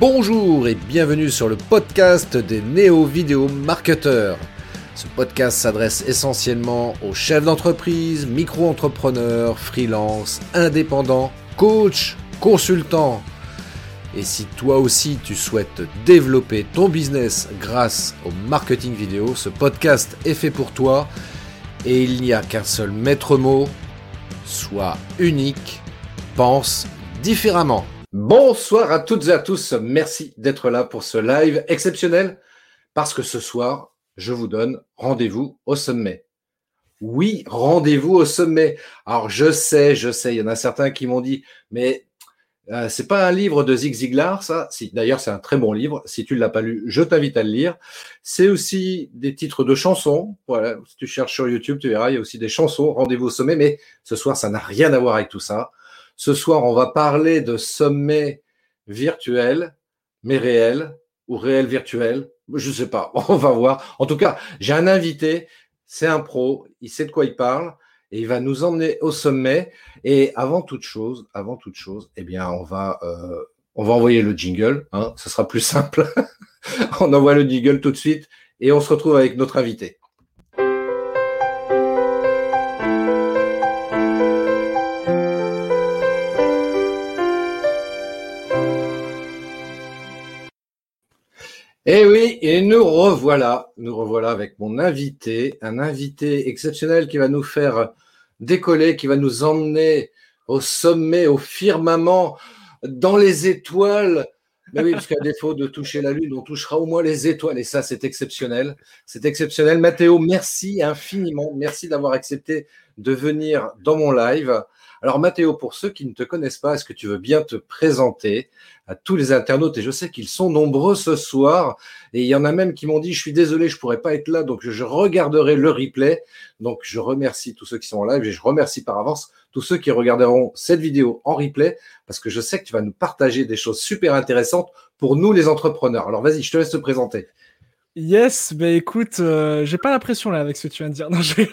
Bonjour et bienvenue sur le podcast des néo-vidéo marketeurs. Ce podcast s'adresse essentiellement aux chefs d'entreprise, micro-entrepreneurs, freelance, indépendants, coachs, consultants. Et si toi aussi tu souhaites développer ton business grâce au marketing vidéo, ce podcast est fait pour toi et il n'y a qu'un seul maître mot, sois unique, pense différemment. Bonsoir à toutes et à tous, merci d'être là pour ce live exceptionnel parce que ce soir, je vous donne rendez-vous au sommet. Oui, rendez-vous au sommet. Alors je sais, il y en a certains qui m'ont dit, mais c'est pas un livre de Zig Ziglar, ça. Si, d'ailleurs, c'est un très bon livre. Si tu ne l'as pas lu, je t'invite à le lire. C'est aussi des titres de chansons. Voilà, si tu cherches sur YouTube, tu verras, il y a aussi des chansons, rendez-vous au sommet. Mais ce soir, ça n'a rien à voir avec tout ça. Ce soir, on va parler de sommet virtuel, mais réel, ou réel virtuel. Je sais pas, on va voir. En tout cas, j'ai un invité, c'est un pro, il sait de quoi il parle, et il va nous emmener au sommet. Et avant toute chose, eh bien, on va envoyer le jingle, hein, ça sera plus simple. On envoie le jingle tout de suite, et on se retrouve avec notre invité. Et oui, et nous revoilà avec mon invité, un invité exceptionnel qui va nous faire décoller, qui va nous emmener au sommet, au firmament, dans les étoiles. Mais oui, parce qu'à défaut de toucher la lune, on touchera au moins les étoiles. Et ça, c'est exceptionnel. C'est exceptionnel. Mathéo, merci infiniment. Merci d'avoir accepté de venir dans mon live. Alors Mathéo, pour ceux qui ne te connaissent pas, est-ce que tu veux bien te présenter à tous les internautes? Et je sais qu'ils sont nombreux ce soir. Et il y en a même qui m'ont dit, je suis désolé, je pourrais pas être là, donc je regarderai le replay. Donc je remercie tous ceux qui sont en live et je remercie par avance tous ceux qui regarderont cette vidéo en replay, parce que je sais que tu vas nous partager des choses super intéressantes pour nous les entrepreneurs. Alors vas-y, je te laisse te présenter. Yes, bah écoute, j'ai pas la pression là avec ce que tu viens de dire.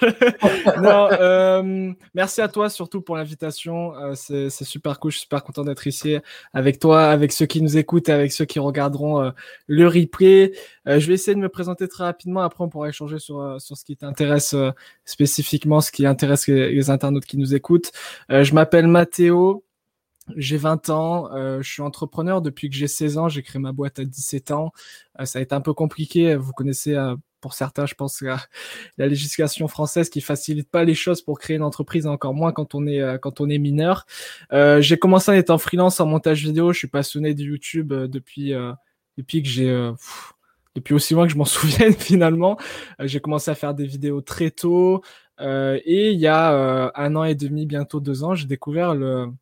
Non, merci à toi surtout pour l'invitation. C'est super cool, je suis super content d'être ici avec toi, avec ceux qui nous écoutent et avec ceux qui regarderont le replay. Je vais essayer de me présenter très rapidement, après on pourra échanger sur ce qui t'intéresse spécifiquement, ce qui intéresse les internautes qui nous écoutent. Je m'appelle Mathéo. J'ai 20 ans, je suis entrepreneur depuis que j'ai 16 ans, j'ai créé ma boîte à 17 ans. Ça a été un peu compliqué, vous connaissez pour certains, je pense, la législation française qui facilite pas les choses pour créer une entreprise, encore moins quand on est mineur. J'ai commencé en étant freelance en montage vidéo, je suis passionné de YouTube depuis que depuis aussi loin que je m'en souvienne finalement. J'ai commencé à faire des vidéos très tôt et il y a 1 an et demi, bientôt 2 ans, j'ai découvert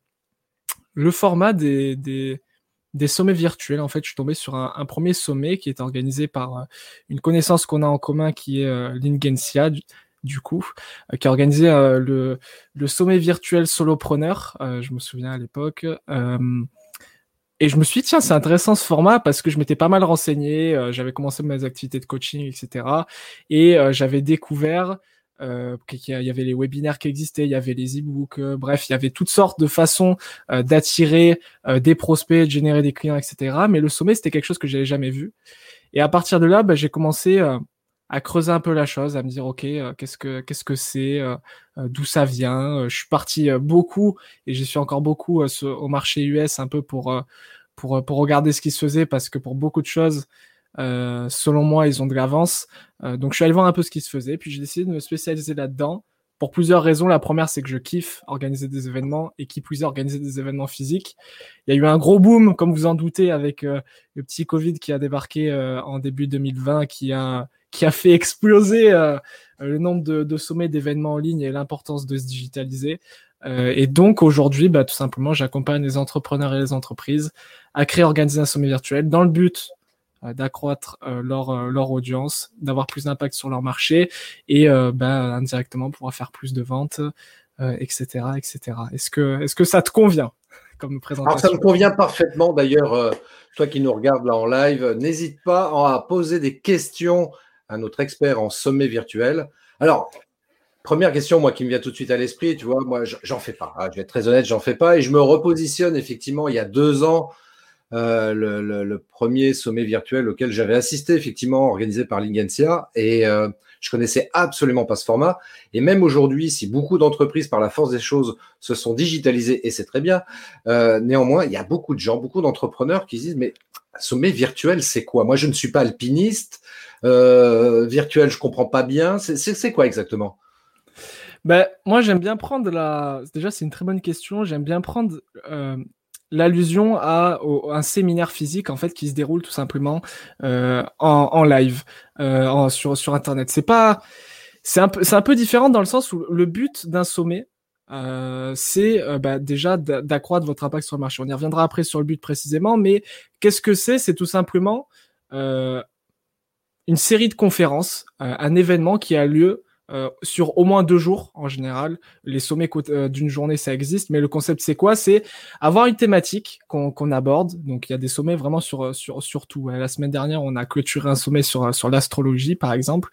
le format des sommets virtuels. En fait, je suis tombé sur un premier sommet qui est organisé par une connaissance qu'on a en commun qui est Lingensia, du coup, qui a organisé le sommet virtuel solopreneur, je me souviens à l'époque. Et je me suis dit, tiens, c'est intéressant ce format parce que je m'étais pas mal renseigné, j'avais commencé mes activités de coaching, etc. Et j'avais découvert qu'il y avait les webinaires qui existaient, il y avait les e-books, bref, il y avait toutes sortes de façons d'attirer des prospects, de générer des clients, etc. Mais le sommet, c'était quelque chose que j'avais jamais vu. Et à partir de là, j'ai commencé à creuser un peu la chose, à me dire, ok, qu'est-ce que c'est, d'où ça vient. Je suis parti beaucoup, et j'y suis encore beaucoup au marché US, un peu pour regarder ce qui se faisait, parce que pour beaucoup de choses, selon moi, ils ont de l'avance. Donc, je suis allé voir un peu ce qui se faisait. Puis, j'ai décidé de me spécialiser là-dedans pour plusieurs raisons. La première, c'est que je kiffe organiser des événements et qui plus est organiser des événements physiques. Il y a eu un gros boom, comme vous en doutez, avec le petit Covid qui a débarqué en début 2020, qui a fait exploser le nombre de sommets d'événements en ligne et l'importance de se digitaliser. Et donc aujourd'hui, tout simplement, j'accompagne les entrepreneurs et les entreprises à créer et organiser un sommet virtuel dans le but d'accroître leur audience, d'avoir plus d'impact sur leur marché et indirectement pouvoir faire plus de ventes, etc., etc. Est-ce que ça te convient comme présentation? Alors ça me convient parfaitement. D'ailleurs, toi qui nous regardes là en live, n'hésite pas à poser des questions à notre expert en sommet virtuel. Alors, première question, moi, qui me vient tout de suite à l'esprit, tu vois, moi, j'en fais pas. Hein, je vais être très honnête, j'en fais pas. Et je me repositionne, effectivement, il y a 2 ans, le premier sommet virtuel auquel j'avais assisté, effectivement, organisé par Lingensia. Et je connaissais absolument pas ce format. Et même aujourd'hui, si beaucoup d'entreprises, par la force des choses, se sont digitalisées, et c'est très bien, néanmoins, il y a beaucoup de gens, beaucoup d'entrepreneurs qui se disent, mais sommet virtuel, c'est quoi? Moi, je ne suis pas alpiniste. Virtuel, je comprends pas bien. C'est quoi exactement? Ben, moi, j'aime bien prendre Déjà, c'est une très bonne question. J'aime bien prendre l'allusion à un séminaire physique en fait qui se déroule tout simplement en live sur Internet. C'est un peu différent dans le sens où le but d'un sommet c'est déjà d'accroître votre impact sur le marché. On y reviendra après sur le but précisément, mais qu'est-ce que c'est? C'est tout simplement une série de conférences, un événement qui a lieu sur au moins 2 jours en général. Les sommets d'une journée, ça existe, mais le concept, c'est quoi? C'est avoir une thématique qu'on aborde. Donc, il y a des sommets vraiment sur tout. La semaine dernière, on a clôturé un sommet sur l'astrologie, par exemple.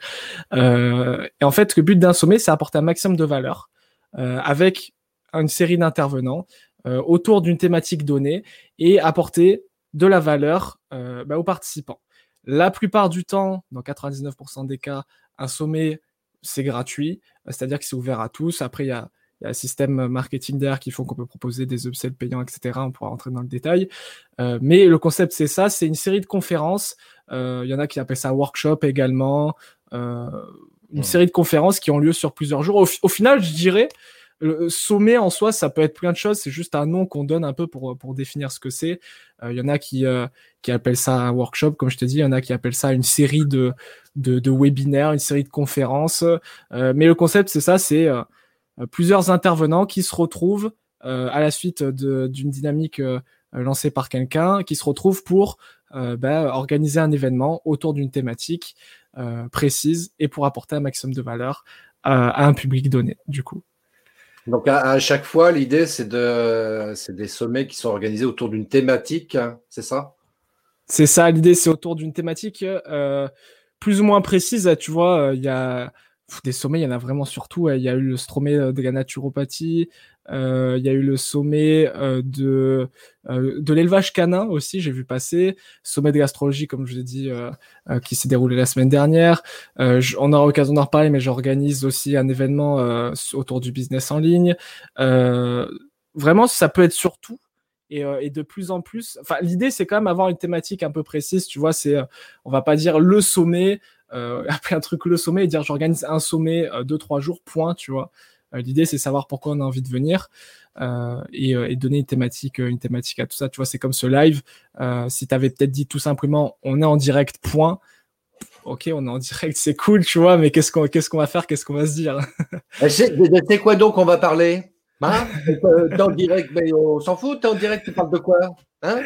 Et en fait, le but d'un sommet, c'est apporter un maximum de valeur avec une série d'intervenants autour d'une thématique donnée et apporter de la valeur aux participants. La plupart du temps, dans 99% des cas, un sommet, c'est gratuit, c'est-à-dire que c'est ouvert à tous. Après, il y a un système marketing derrière qui font qu'on peut proposer des upsells payants, etc. On pourra rentrer dans le détail. Mais le concept, c'est ça, c'est une série de conférences. Il y en a qui appellent ça workshop également. Une série de conférences qui ont lieu sur plusieurs jours. Au final, je dirais, le sommet en soi, ça peut être plein de choses. C'est juste un nom qu'on donne un peu pour définir ce que c'est. Il y en a qui appellent ça un workshop, comme je te dis. Il y en a qui appellent ça une série de webinaires, une série de conférences. Mais le concept, c'est ça, c'est plusieurs intervenants qui se retrouvent à la suite d'une dynamique lancée par quelqu'un, qui se retrouvent pour organiser un événement autour d'une thématique précise et pour apporter un maximum de valeur à un public donné, du coup. Donc, à chaque fois, l'idée, c'est des sommets qui sont organisés autour d'une thématique, hein, c'est ça? C'est ça, l'idée, c'est autour d'une thématique plus ou moins précise. Tu vois, il y a des sommets, il y en a vraiment surtout. Il y a eu le sommet de la naturopathie, il y a eu le sommet de l'élevage canin aussi, j'ai vu passer. Sommet de l'astrologie, comme je l'ai dit, qui s'est déroulé la semaine dernière. On aura l'occasion d'en reparler, mais j'organise aussi un événement autour du business en ligne. Vraiment, ça peut être surtout. Et de plus en plus, enfin, l'idée, c'est quand même avoir une thématique un peu précise, tu vois, on va pas dire le sommet, appeler un truc le sommet et dire j'organise un sommet 2-3 jours, point, tu vois. L'idée, c'est savoir pourquoi on a envie de venir et donner une thématique à tout ça, tu vois, c'est comme ce live. Si t'avais peut-être dit tout simplement on est en direct, point. Ok, on est en direct, c'est cool, tu vois, mais qu'est-ce qu'on va faire, qu'est-ce qu'on va se dire? C'est quoi donc on va parler? Hein? T'es en direct, mais on s'en fout, t'es en direct, tu parles de quoi? Hein?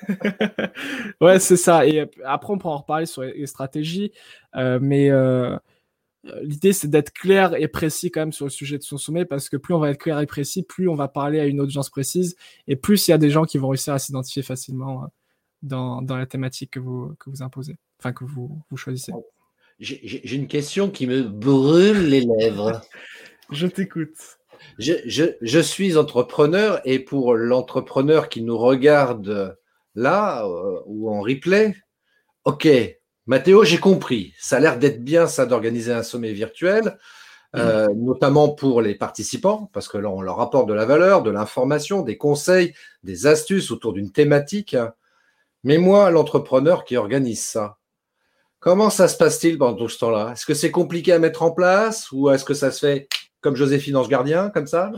Ouais, c'est ça. Et après, on pourra en reparler sur les stratégies, mais l'idée, c'est d'être clair et précis quand même sur le sujet de son sommet, parce que plus on va être clair et précis, plus on va parler à une audience précise, et plus il y a des gens qui vont réussir à s'identifier facilement dans la thématique que vous imposez, enfin que vous choisissez. J'ai une question qui me brûle les lèvres. Je t'écoute. Je suis entrepreneur et pour l'entrepreneur qui nous regarde là ou en replay, ok, Mathéo, j'ai compris. Ça a l'air d'être bien ça d'organiser un sommet virtuel, notamment pour les participants, parce que là, on leur apporte de la valeur, de l'information, des conseils, des astuces autour d'une thématique. Mais moi, l'entrepreneur qui organise ça, comment ça se passe-t-il pendant tout ce temps-là? Est-ce que c'est compliqué à mettre en place ou est-ce que ça se fait comme Joséphine Ange Gardien, comme ça?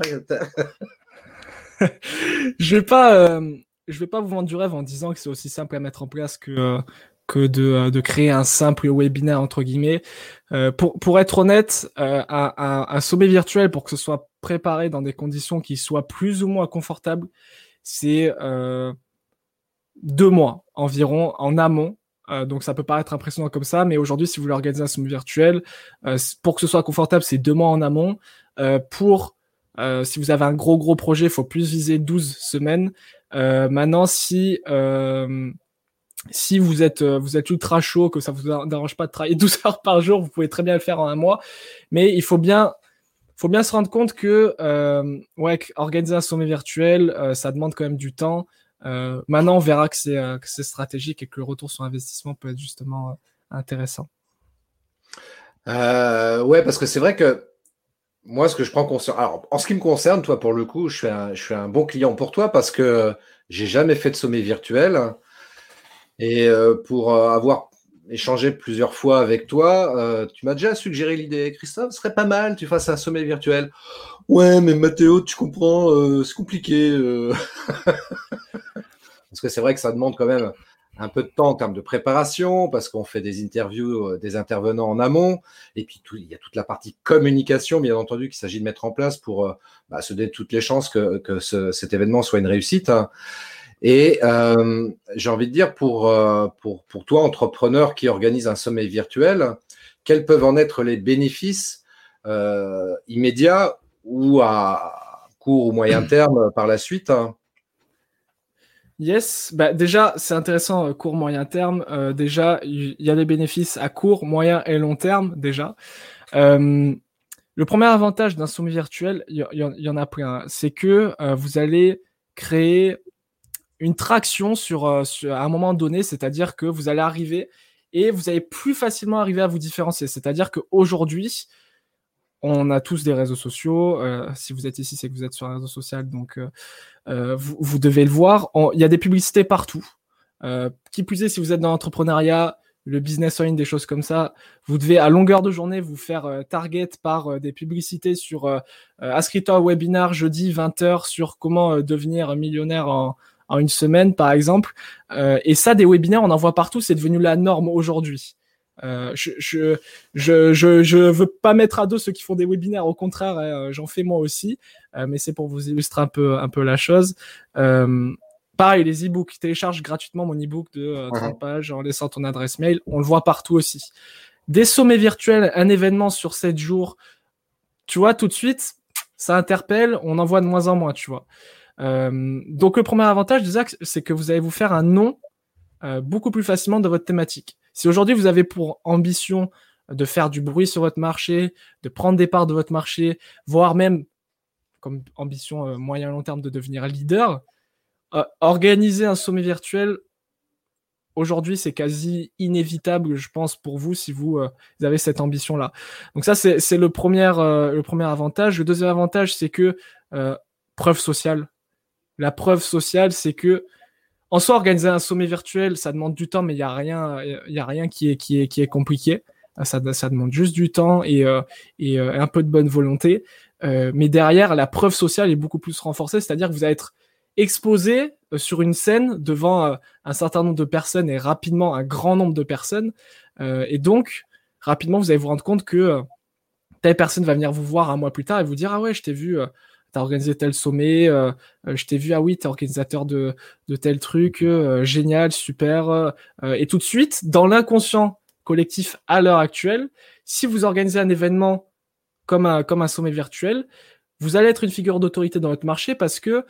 Je vais pas vous vendre du rêve en disant que c'est aussi simple à mettre en place que de créer un simple webinaire entre guillemets. Pour être honnête, un sommet virtuel pour que ce soit préparé dans des conditions qui soient plus ou moins confortables, c'est 2 mois environ en amont. Donc ça peut paraître impressionnant comme ça, mais aujourd'hui, si vous voulez organiser un sommet virtuel, pour que ce soit confortable, c'est 2 mois en amont. Si vous avez un gros projet, il faut plus viser 12 semaines. Maintenant, si vous êtes ultra chaud, que ça vous dérange pas de travailler 12 heures par jour, vous pouvez très bien le faire en un mois. Mais il faut bien se rendre compte que organiser un sommet virtuel, ça demande quand même du temps. Maintenant, on verra que c'est stratégique et que le retour sur investissement peut être justement intéressant. Ouais, parce que c'est vrai que moi, ce que je prends conscience. Alors, en ce qui me concerne, toi, pour le coup, je suis un bon client pour toi parce que j'ai jamais fait de sommet virtuel. Et pour avoir échangé plusieurs fois avec toi, tu m'as déjà suggéré l'idée. Christophe, ce serait pas mal, tu fasses un sommet virtuel. Ouais, mais Mathéo, tu comprends, c'est compliqué. Parce que c'est vrai que ça demande quand même un peu de temps en termes de préparation, parce qu'on fait des interviews des intervenants en amont, et puis il y a toute la partie communication, bien entendu, qu'il s'agit de mettre en place pour se donner toutes les chances que cet événement soit une réussite. Et j'ai envie de dire, pour toi, entrepreneur qui organise un sommet virtuel, quels peuvent en être les bénéfices immédiats ou à court ou moyen terme par la suite? Yes, bah déjà c'est intéressant court moyen terme. Déjà il y a des bénéfices à court, moyen et long terme déjà. Le premier avantage d'un sommet virtuel, il y en a plein, c'est que vous allez créer une traction sur à un moment donné, c'est-à-dire que vous allez arriver et vous allez plus facilement arriver à vous différencier. C'est-à-dire qu'aujourd'hui, on a tous des réseaux sociaux. Si vous êtes ici, c'est que vous êtes sur un réseau social, donc vous devez le voir. Il y a des publicités partout. Qui plus est, si vous êtes dans l'entrepreneuriat, le business en ligne, des choses comme ça, vous devez à longueur de journée vous faire target par des publicités sur inscris-toi au webinar jeudi 20h sur comment devenir millionnaire en une semaine, par exemple. Et ça, des webinaires, on en voit partout, c'est devenu la norme aujourd'hui. Je veux pas mettre à dos ceux qui font des webinaires, au contraire, j'en fais moi aussi, mais c'est pour vous illustrer un peu la chose. Pareil, les e-books, télécharge gratuitement mon e-book de 30 pages en laissant ton adresse mail, on le voit partout aussi. Des sommets virtuels, un événement sur 7 jours, tu vois, tout de suite, ça interpelle, on en voit de moins en moins, tu vois. Donc le premier avantage déjà, c'est que vous allez vous faire un nom beaucoup plus facilement de votre thématique. Si aujourd'hui vous avez pour ambition de faire du bruit sur votre marché, de prendre des parts de votre marché, voire même comme ambition moyen long terme de devenir leader, organiser un sommet virtuel aujourd'hui c'est quasi inévitable, je pense, pour vous si vous avez cette ambition-là. Donc ça c'est le premier avantage. Le deuxième avantage c'est que preuve sociale. La preuve sociale c'est que en soi, organiser un sommet virtuel, ça demande du temps, mais il y a rien qui est compliqué. Ça demande juste du temps et un peu de bonne volonté. Mais derrière, la preuve sociale est beaucoup plus renforcée, c'est-à-dire que vous allez être exposé sur une scène devant un certain nombre de personnes et rapidement un grand nombre de personnes. Et donc, rapidement, vous allez vous rendre compte que telle personne va venir vous voir un mois plus tard et vous dire « Ah ouais, je t'ai vu... t'as organisé tel sommet, je t'ai vu, ah oui, t'es organisateur de tel truc, génial, super. Et tout de suite, dans l'inconscient collectif à l'heure actuelle, si vous organisez un événement comme un sommet virtuel, vous allez être une figure d'autorité dans votre marché parce que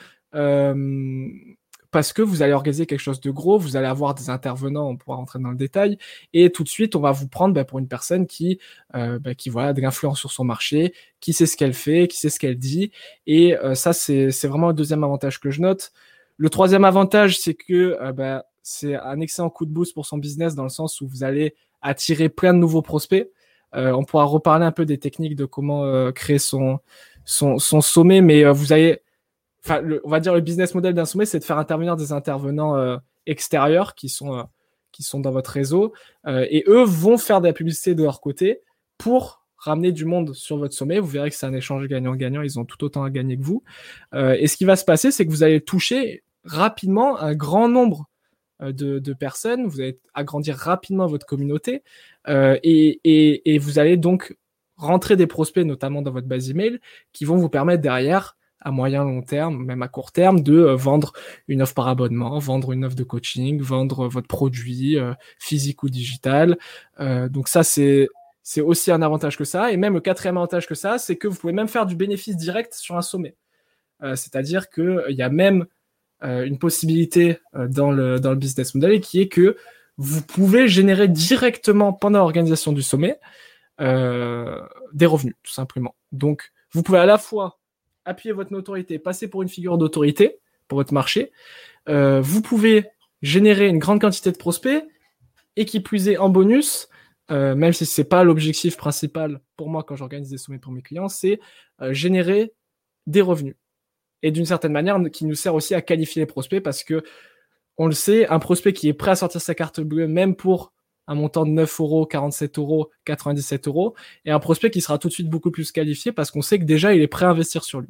vous allez organiser quelque chose de gros, vous allez avoir des intervenants, on pourra rentrer dans le détail, et tout de suite, on va vous prendre pour une personne qui voilà, a de l'influence sur son marché, qui sait ce qu'elle fait, qui sait ce qu'elle dit, et ça, c'est vraiment le deuxième avantage que je note. Le troisième avantage, c'est que c'est un excellent coup de boost pour son business dans le sens où vous allez attirer plein de nouveaux prospects. On pourra reparler un peu des techniques de comment créer son sommet, mais vous allez... Enfin, on va dire le business model d'un sommet, c'est de faire intervenir des intervenants extérieurs qui sont dans votre réseau et eux vont faire de la publicité de leur côté pour ramener du monde sur votre sommet. Vous verrez que c'est un échange gagnant-gagnant, ils ont tout autant à gagner que vous. Et ce qui va se passer, c'est que vous allez toucher rapidement un grand nombre de personnes, vous allez agrandir rapidement votre communauté et vous allez donc rentrer des prospects, notamment dans votre base email, qui vont vous permettre derrière à moyen long terme, même à court terme, de vendre une offre par abonnement, vendre une offre de coaching, vendre votre produit physique ou digital. Donc ça, c'est aussi un avantage que ça. Et même le quatrième avantage que ça, c'est que vous pouvez même faire du bénéfice direct sur un sommet. C'est-à-dire qu'il y a même une possibilité dans le business model qui est que vous pouvez générer directement pendant l'organisation du sommet des revenus, tout simplement. Donc, vous pouvez à la fois appuyer votre notoriété, passer pour une figure d'autorité, pour votre marché. Vous pouvez générer une grande quantité de prospects et qui plus est en bonus, même si c'est pas l'objectif principal pour moi quand j'organise des sommets pour mes clients, c'est générer des revenus. Et d'une certaine manière, qui nous sert aussi à qualifier les prospects parce que on le sait, un prospect qui est prêt à sortir sa carte bleue, même pour un montant de 9 euros, 47 euros, 97 euros, et un prospect qui sera tout de suite beaucoup plus qualifié parce qu'on sait que déjà il est prêt à investir sur lui.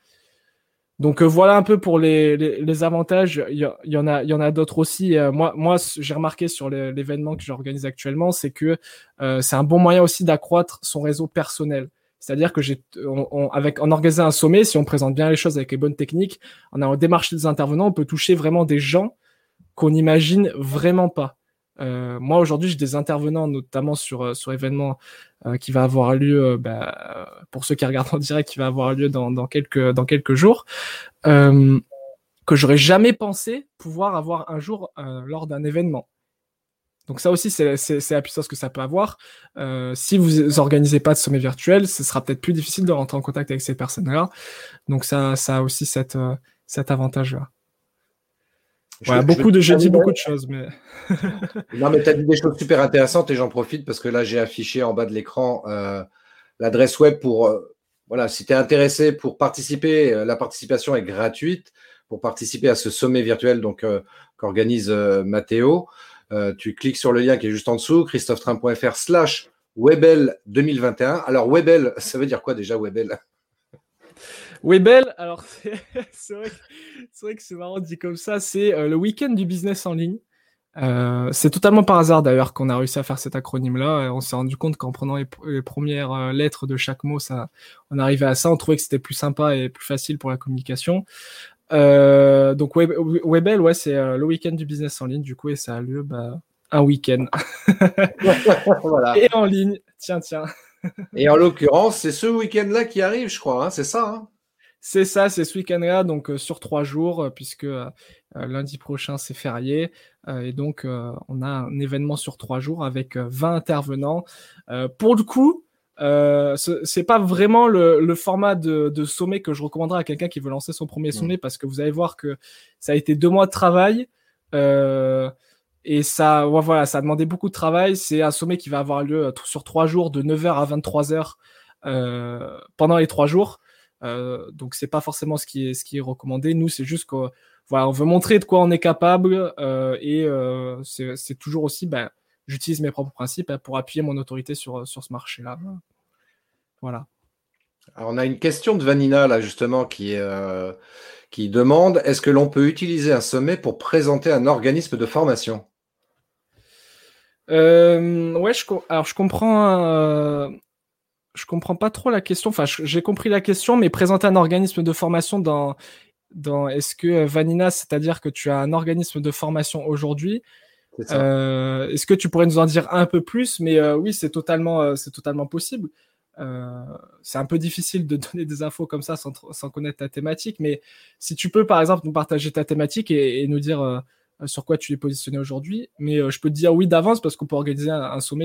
Donc voilà un peu pour les avantages. Il y en a d'autres aussi. Moi, j'ai remarqué sur l'événement que j'organise actuellement, c'est que c'est un bon moyen aussi d'accroître son réseau personnel. C'est-à-dire que en organisant un sommet, si on présente bien les choses avec les bonnes techniques, en allant démarcher des intervenants, on peut toucher vraiment des gens qu'on n'imagine vraiment pas. Moi aujourd'hui, j'ai des intervenants, notamment sur l'événement qui va avoir lieu, pour ceux qui regardent en direct, qui va avoir lieu dans quelques jours, que j'aurais jamais pensé pouvoir avoir un jour lors d'un événement. Donc ça aussi, c'est la puissance que ça peut avoir. Si vous organisez pas de sommet virtuel, ce sera peut-être plus difficile de rentrer en contact avec ces personnes-là. Donc ça a aussi cet avantage-là. Voilà, j'ai dit beaucoup de choses, mais... Non, mais tu as dit des choses super intéressantes et j'en profite parce que là, j'ai affiché en bas de l'écran l'adresse web pour... voilà, si tu es intéressé pour participer, la participation est gratuite pour participer à ce sommet virtuel qu'organise Mathéo. Tu cliques sur le lien qui est juste en dessous, christophetrin.fr/Webel 2021. Alors, Webel, ça veut dire quoi déjà, Webel? Webel, alors c'est vrai que c'est marrant dit comme ça, c'est le week-end du business en ligne. C'est totalement par hasard d'ailleurs qu'on a réussi à faire cet acronyme-là. On s'est rendu compte qu'en prenant les premières lettres de chaque mot, on arrivait à ça. On trouvait que c'était plus sympa et plus facile pour la communication. Donc Webel, ouais, c'est le week-end du business en ligne, du coup, et ça a lieu un week-end. Voilà. Et en ligne, tiens. Et en l'occurrence, c'est ce week-end-là qui arrive, je crois, hein, c'est ça, hein? C'est ça, c'est ce week-end-là, donc sur 3 jours, puisque lundi prochain c'est férié, et donc on a un événement sur 3 jours avec 20 intervenants. Pour le coup, c'est pas vraiment le format de sommet que je recommanderais à quelqu'un qui veut lancer son premier sommet, parce que vous allez voir que ça a été 2 mois de travail, et ça a demandé beaucoup de travail. C'est un sommet qui va avoir lieu sur 3 jours, de 9h à 23h pendant les 3 jours. Donc c'est pas forcément ce qui est recommandé. Nous, c'est juste qu'on on veut montrer de quoi on est capable, et c'est toujours aussi j'utilise mes propres principes pour appuyer mon autorité sur ce marché-là. Voilà. Alors, on a une question de Vanina là justement qui demande: est-ce que l'on peut utiliser un sommet pour présenter un organisme de formation? Ouais, alors je comprends. Je comprends pas trop la question. Enfin, j'ai compris la question, mais présenter un organisme de formation dans est-ce que Vanina, c'est-à-dire que tu as un organisme de formation aujourd'hui? C'est ça. Est-ce que tu pourrais nous en dire un peu plus? Mais oui, c'est totalement possible. C'est un peu difficile de donner des infos comme ça sans connaître ta thématique, mais si tu peux, par exemple, nous partager ta thématique et nous dire sur quoi tu es positionné aujourd'hui. Mais je peux te dire oui d'avance parce qu'on peut organiser un sommet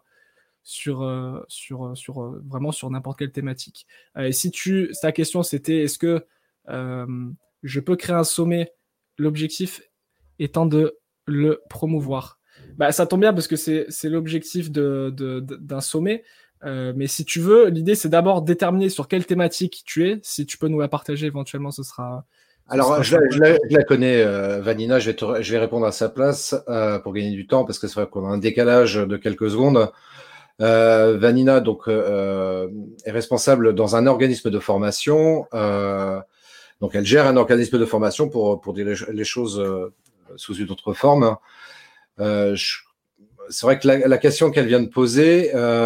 vraiment sur n'importe quelle thématique. Et si ta question c'était est-ce que je peux créer un sommet, l'objectif étant de le promouvoir. Ça tombe bien parce que c'est l'objectif d'un sommet. Mais si tu veux, l'idée c'est d'abord déterminer sur quelle thématique tu es. Si tu peux nous la partager éventuellement, ce sera. Alors, je la connais, Vanina, je vais répondre à sa place pour gagner du temps parce que c'est vrai qu'on a un décalage de quelques secondes. Vanina donc est responsable dans un organisme de formation. Donc elle gère un organisme de formation pour dire les choses sous une autre forme. C'est vrai que la question qu'elle vient de poser,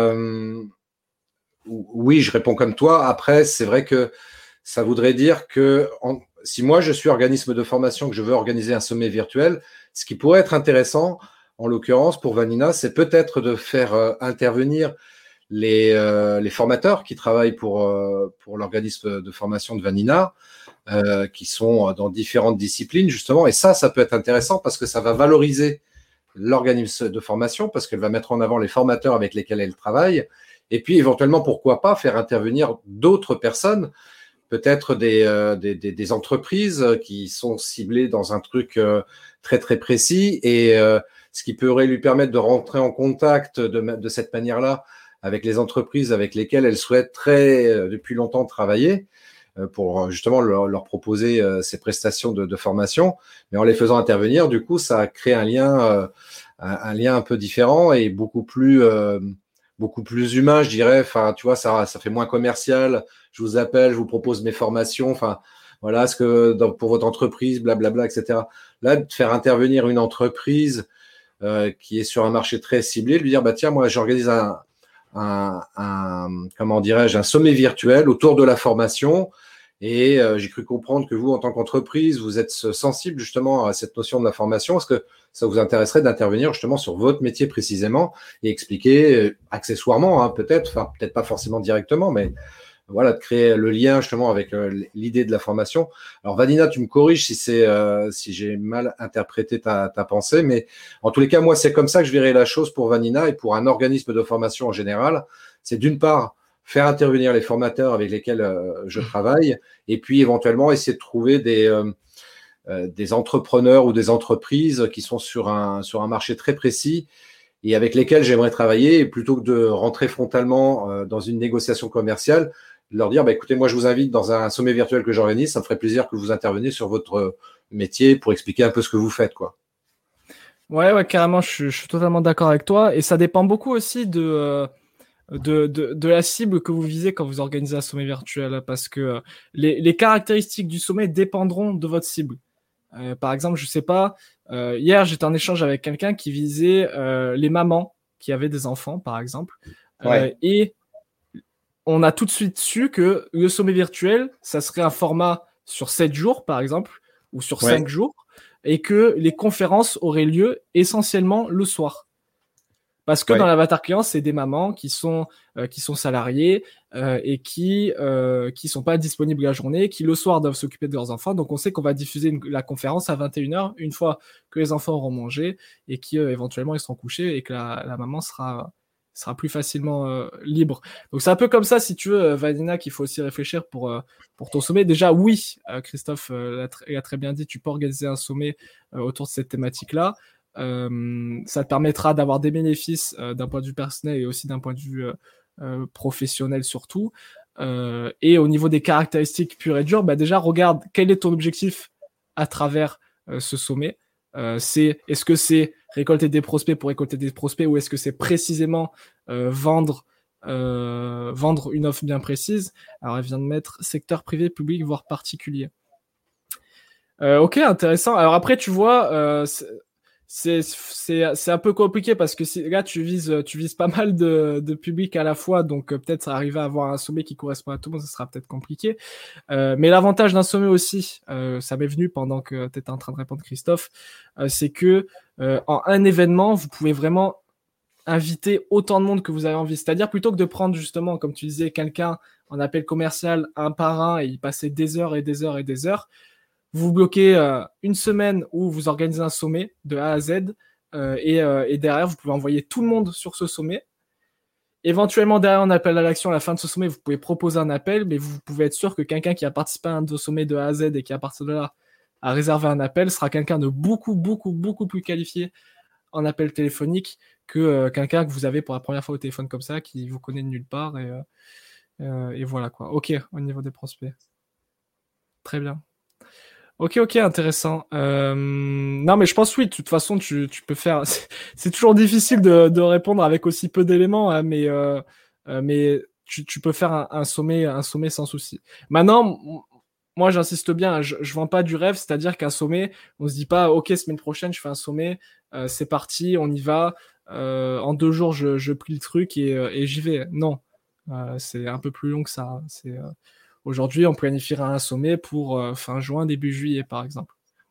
oui, je réponds comme toi. Après, c'est vrai que ça voudrait dire que si moi je suis organisme de formation, que je veux organiser un sommet virtuel, ce qui pourrait être intéressant, en l'occurrence, pour Vanina, c'est peut-être de faire intervenir les formateurs qui travaillent pour l'organisme de formation de Vanina, qui sont dans différentes disciplines, justement. Et ça peut être intéressant parce que ça va valoriser l'organisme de formation, parce qu'elle va mettre en avant les formateurs avec lesquels elle travaille. Et puis, éventuellement, pourquoi pas faire intervenir d'autres personnes peut-être des entreprises qui sont ciblées dans un truc très très précis et ce qui pourrait lui permettre de rentrer en contact de cette manière-là avec les entreprises avec lesquelles elle souhaiterait depuis longtemps travailler pour justement leur proposer ces prestations de formation, mais en les faisant intervenir, du coup, ça crée un lien un peu différent et beaucoup plus humain, je dirais. Enfin, tu vois, ça fait moins commercial. Je vous appelle, je vous propose mes formations. Enfin, voilà, ce que pour votre entreprise, blablabla, etc. Là, de faire intervenir une entreprise qui est sur un marché très ciblé, lui dire, bah tiens, moi, j'organise comment dirais-je, un sommet virtuel autour de la formation. Et j'ai cru comprendre que vous, en tant qu'entreprise, vous êtes sensible justement à cette notion de la formation. Est-ce que ça vous intéresserait d'intervenir justement sur votre métier précisément et expliquer accessoirement, hein, peut-être, enfin peut-être pas forcément directement, mais voilà, de créer le lien justement avec l'idée de la formation. Alors Vanina, tu me corriges si j'ai mal interprété ta pensée, mais en tous les cas, moi, c'est comme ça que je verrais la chose pour Vanina et pour un organisme de formation en général. C'est d'une part faire intervenir les formateurs avec lesquels je travaille, et puis éventuellement essayer de trouver des entrepreneurs ou des entreprises qui sont sur un marché très précis et avec lesquels j'aimerais travailler, et plutôt que de rentrer frontalement dans une négociation commerciale, de leur dire, bah, écoutez, moi je vous invite dans un sommet virtuel que j'organise, ça me ferait plaisir que vous interveniez sur votre métier pour expliquer un peu ce que vous faites, quoi. Ouais, carrément, je suis totalement d'accord avec toi, et ça dépend beaucoup aussi de la cible que vous visez quand vous organisez un sommet virtuel, parce que les caractéristiques du sommet dépendront de votre cible. Par exemple, je sais pas, hier j'étais en échange avec quelqu'un qui visait les mamans qui avaient des enfants, par exemple, Ouais. et on a tout de suite su que le sommet virtuel, ça serait un format sur 7 jours, par exemple, ou sur Ouais. 5 jours, et que les conférences auraient lieu essentiellement le soir. Parce que dans l'avatar client, c'est des mamans qui sont salariées et qui sont pas disponibles la journée, qui le soir doivent s'occuper de leurs enfants. Donc on sait qu'on va diffuser la conférence à 21h une fois que les enfants auront mangé et qui éventuellement ils seront couchés et que la maman sera plus facilement libre. Donc c'est un peu comme ça, si tu veux, Vanina, qu'il faut aussi réfléchir pour ton sommet. Déjà, oui, Christophe l'a très bien dit, tu peux organiser un sommet autour de cette thématique-là. Ça te permettra d'avoir des bénéfices d'un point de vue personnel et aussi d'un point de vue professionnel surtout. Et au niveau des caractéristiques pures et dures, bah déjà regarde quel est ton objectif à travers ce sommet. Est-ce que c'est récolter des prospects pour récolter des prospects, ou est-ce que c'est précisément vendre une offre bien précise? Alors elle vient de mettre secteur privé, public, voire particulier. Ok, intéressant. Alors après, tu vois, c'est un peu compliqué parce que là tu vises pas mal de public à la fois, donc peut-être arriver à avoir un sommet qui correspond à tout le monde, ça sera peut-être compliqué. Mais l'avantage d'un sommet aussi, ça m'est venu pendant que tu étais en train de répondre, Christophe, c'est que en un événement, vous pouvez vraiment inviter autant de monde que vous avez envie. C'est-à-dire, plutôt que de prendre justement, comme tu disais, quelqu'un en appel commercial un par un et y passer des heures et des heures et des heures, vous bloquez une semaine où vous organisez un sommet de A à Z et derrière, vous pouvez envoyer tout le monde sur ce sommet. Éventuellement, derrière un appel à l'action, à la fin de ce sommet, vous pouvez proposer un appel, mais vous pouvez être sûr que quelqu'un qui a participé à un de vos sommets de A à Z et qui, à partir de là, a réservé un appel, sera quelqu'un de beaucoup, beaucoup, beaucoup plus qualifié en appel téléphonique que quelqu'un que vous avez pour la première fois au téléphone comme ça, qui vous connaît de nulle part. Et voilà quoi. Ok, au niveau des prospects. Très bien. Ok, intéressant. Non, mais je pense oui. De toute façon, tu peux faire. C'est toujours difficile de répondre avec aussi peu d'éléments, hein, mais tu peux faire un sommet sans souci. Maintenant, moi, j'insiste bien. Je vends pas du rêve, c'est-à-dire qu'un sommet, on se dit pas, ok, semaine prochaine, je fais un sommet, c'est parti, on y va. En 2 jours, je plie le truc et j'y vais. Non, c'est un peu plus long que ça. Aujourd'hui, on planifierait un sommet pour fin juin, début juillet, par exemple.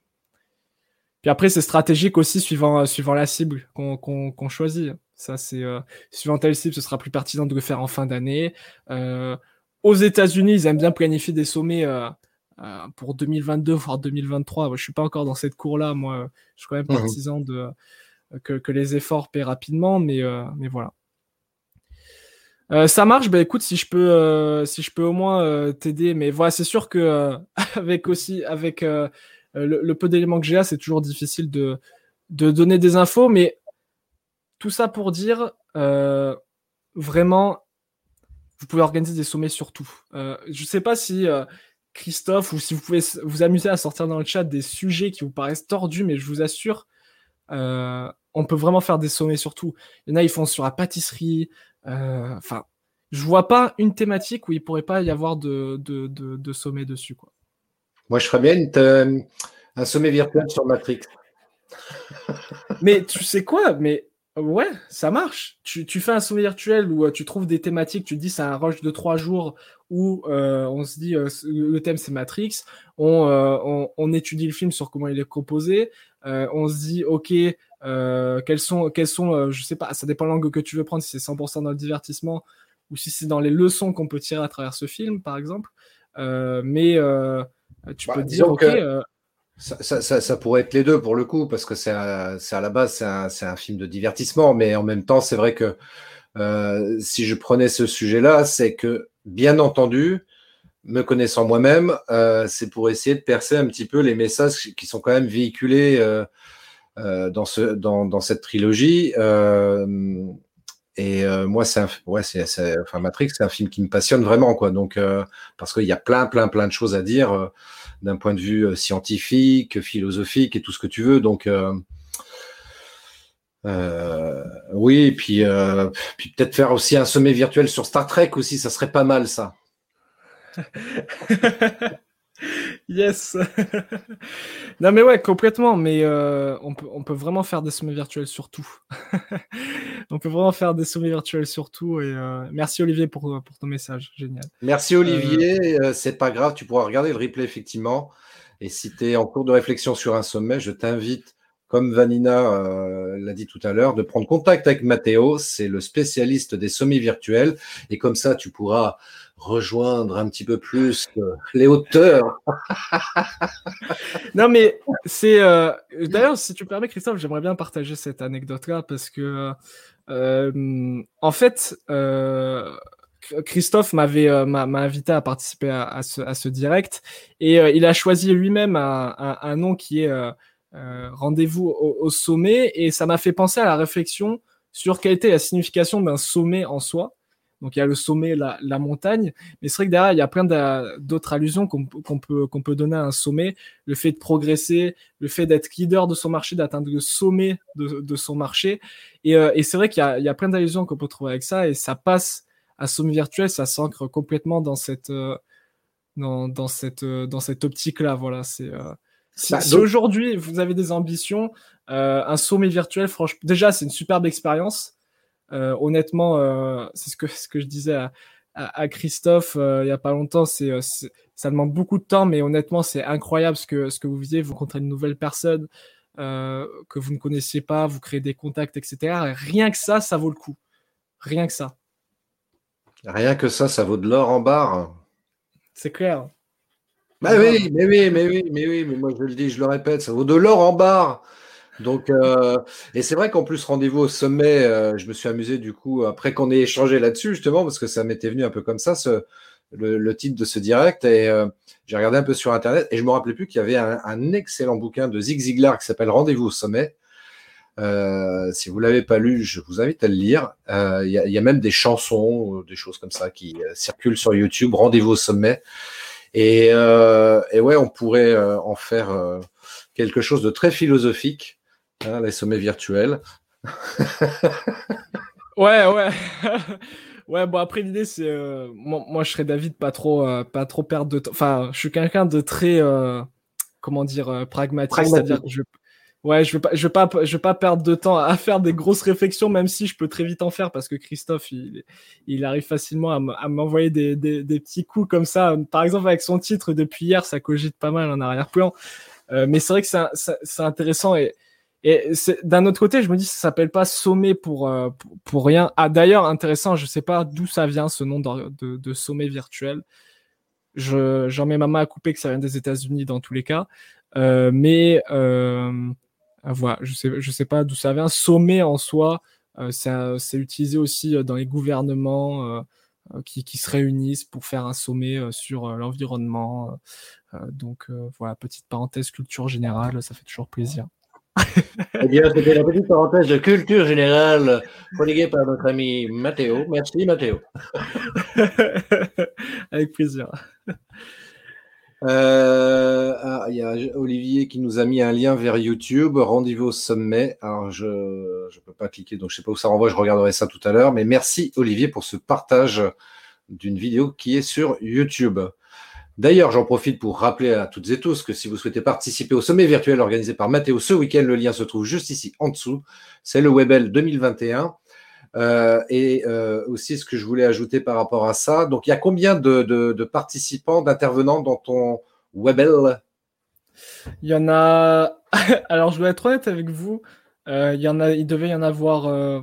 Puis après, c'est stratégique aussi suivant la cible qu'on choisit. Ça, c'est suivant telle cible, ce sera plus pertinent de le faire en fin d'année. Aux États-Unis, ils aiment bien planifier des sommets pour 2022 voire 2023. Moi, je suis pas encore dans cette cour-là. Moi, je suis quand même partisan que les efforts paient rapidement, mais voilà. Ça marche, bah écoute, si je peux au moins t'aider, mais voilà, c'est sûr que avec le peu d'éléments que j'ai là, c'est toujours difficile de donner des infos, mais tout ça pour dire, vraiment, vous pouvez organiser des sommets sur tout. Je sais pas si Christophe ou si vous pouvez vous amuser à sortir dans le chat des sujets qui vous paraissent tordus, mais je vous assure, on peut vraiment faire des sommets sur tout. Il y en a, ils font sur la pâtisserie. Enfin, je vois pas une thématique où il pourrait pas y avoir de sommet dessus, quoi. Moi, je ferais bien un sommet virtuel sur Matrix. Mais tu sais quoi? Mais ouais, ça marche. Tu fais un sommet virtuel où tu trouves des thématiques, tu te dis c'est un rush de 3 jours où on se dit le thème c'est Matrix, on étudie le film sur comment il est composé, on se dit ok, quels sont je sais pas, ça dépend de l'angle que tu veux prendre, si c'est 100% dans le divertissement ou si c'est dans les leçons qu'on peut tirer à travers ce film par exemple. Mais tu peux te dire Disons ok, que ça pourrait être les deux pour le coup, parce que c'est à la base, c'est un film de divertissement, mais en même temps, c'est vrai que si je prenais ce sujet-là, c'est que, bien entendu, me connaissant moi-même, c'est pour essayer de percer un petit peu les messages qui sont quand même véhiculés dans cette trilogie. Moi, enfin, Matrix, c'est un film qui me passionne vraiment, quoi. Donc, parce qu'il y a plein de choses à dire d'un point de vue scientifique, philosophique et tout ce que tu veux. Donc, oui, et puis peut-être faire aussi un sommet virtuel sur Star Trek aussi, ça serait pas mal, ça. yes. Non mais ouais, complètement. Mais on peut vraiment faire des sommets virtuels sur tout. On peut vraiment faire des sommets virtuels sur tout. Et merci Olivier pour ton message, génial. Merci Olivier, c'est pas grave, tu pourras regarder le replay effectivement. Et si tu es en cours de réflexion sur un sommet, je t'invite, comme Vanina l'a dit tout à l'heure, de prendre contact avec Mathéo, c'est le spécialiste des sommets virtuels. Et comme ça, tu pourras rejoindre un petit peu plus les hauteurs. Non mais c'est d'ailleurs si tu me permets Christophe, j'aimerais bien partager cette anecdote-là parce que en fait Christophe m'a invité à participer à ce direct et il a choisi lui-même un nom qui est rendez-vous au sommet et ça m'a fait penser à la réflexion sur quelle était la signification d'un sommet en soi. Donc il y a le sommet, la montagne, mais c'est vrai que derrière il y a plein d'autres allusions qu'on peut donner à un sommet, le fait de progresser, le fait d'être leader de son marché, d'atteindre le sommet de son marché, et c'est vrai qu'il y a plein d'allusions qu'on peut trouver avec ça, et ça passe à sommet virtuel, ça s'ancre complètement dans cette optique-là. Voilà, si aujourd'hui vous avez des ambitions, un sommet virtuel, franchement, déjà c'est une superbe expérience. Honnêtement, c'est ce que je disais à Christophe il y a pas longtemps. Ça demande beaucoup de temps, mais honnêtement, c'est incroyable ce que vous vivez. Vous rencontrez une nouvelle personne que vous ne connaissiez pas, vous créez des contacts, etc. Et rien que ça vaut le coup. Rien que ça. Rien que ça vaut de l'or en barre. C'est clair. Bah oui, mais moi je le dis, je le répète, ça vaut de l'or en barre. Donc, et c'est vrai qu'en plus, rendez-vous au sommet, je me suis amusé du coup, après qu'on ait échangé là-dessus, justement, parce que ça m'était venu un peu comme ça, le titre de ce direct, et j'ai regardé un peu sur Internet, et je me rappelais plus qu'il y avait un excellent bouquin de Zig Ziglar qui s'appelle Rendez-vous au sommet. Si vous l'avez pas lu, je vous invite à le lire. Il y a même des chansons, des choses comme ça qui circulent sur YouTube, Rendez-vous au sommet. Et ouais, on pourrait en faire quelque chose de très philosophique. Les sommets virtuels. Ouais. Ouais, bon après l'idée c'est moi je serais David pas trop perdre de temps. Enfin, je suis quelqu'un de très comment dire pragmatique, c'est-à-dire que je veux pas perdre de temps à faire des grosses réflexions, même si je peux très vite en faire parce que Christophe il arrive facilement à m'envoyer des petits coups comme ça. Par exemple avec son titre depuis hier, ça cogite pas mal en arrière-plan. Mais c'est vrai que c'est intéressant et d'un autre côté, je me dis ça s'appelle pas sommet pour rien. Ah d'ailleurs intéressant, je sais pas d'où ça vient ce nom de sommet virtuel. J'en mets ma main à couper que ça vient des États-Unis dans tous les cas, mais voilà, je sais pas d'où ça vient. Sommet en soi, C'est utilisé aussi dans les gouvernements qui se réunissent pour faire un sommet sur l'environnement. Donc voilà, petite parenthèse culture générale, ça fait toujours plaisir. Eh bien, c'était la petite parenthèse de culture générale prodiguée par notre ami Mathéo. Merci, Mathéo. Avec plaisir. Il y a Olivier qui nous a mis un lien vers YouTube. Rendez-vous au sommet. Alors, je ne peux pas cliquer, donc je ne sais pas où ça renvoie. Je regarderai ça tout à l'heure. Mais merci, Olivier, pour ce partage d'une vidéo qui est sur YouTube. D'ailleurs, j'en profite pour rappeler à toutes et tous que si vous souhaitez participer au sommet virtuel organisé par Mathéo ce week-end, le lien se trouve juste ici en dessous. C'est le Webel 2021. Aussi, ce que je voulais ajouter par rapport à ça, donc il y a combien de participants, d'intervenants dans ton Webel? Il y en a. Alors, je dois être honnête avec vous. Il devait y en avoir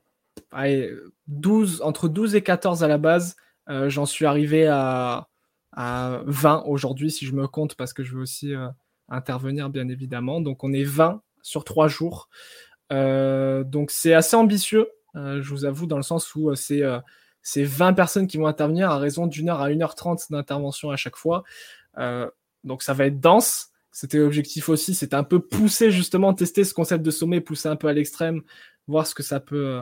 12, entre 12 et 14 à la base. J'en suis arrivé à 20 aujourd'hui, si je me compte, parce que je veux aussi intervenir, bien évidemment. Donc, on est 20 sur 3 jours. Donc, c'est assez ambitieux, je vous avoue, dans le sens où c'est 20 personnes qui vont intervenir à raison d'1 heure à 1h30 d'intervention à chaque fois. Donc, ça va être dense. C'était l'objectif aussi, c'était un peu pousser, justement, tester ce concept de sommet, pousser un peu à l'extrême, voir ce que ça peut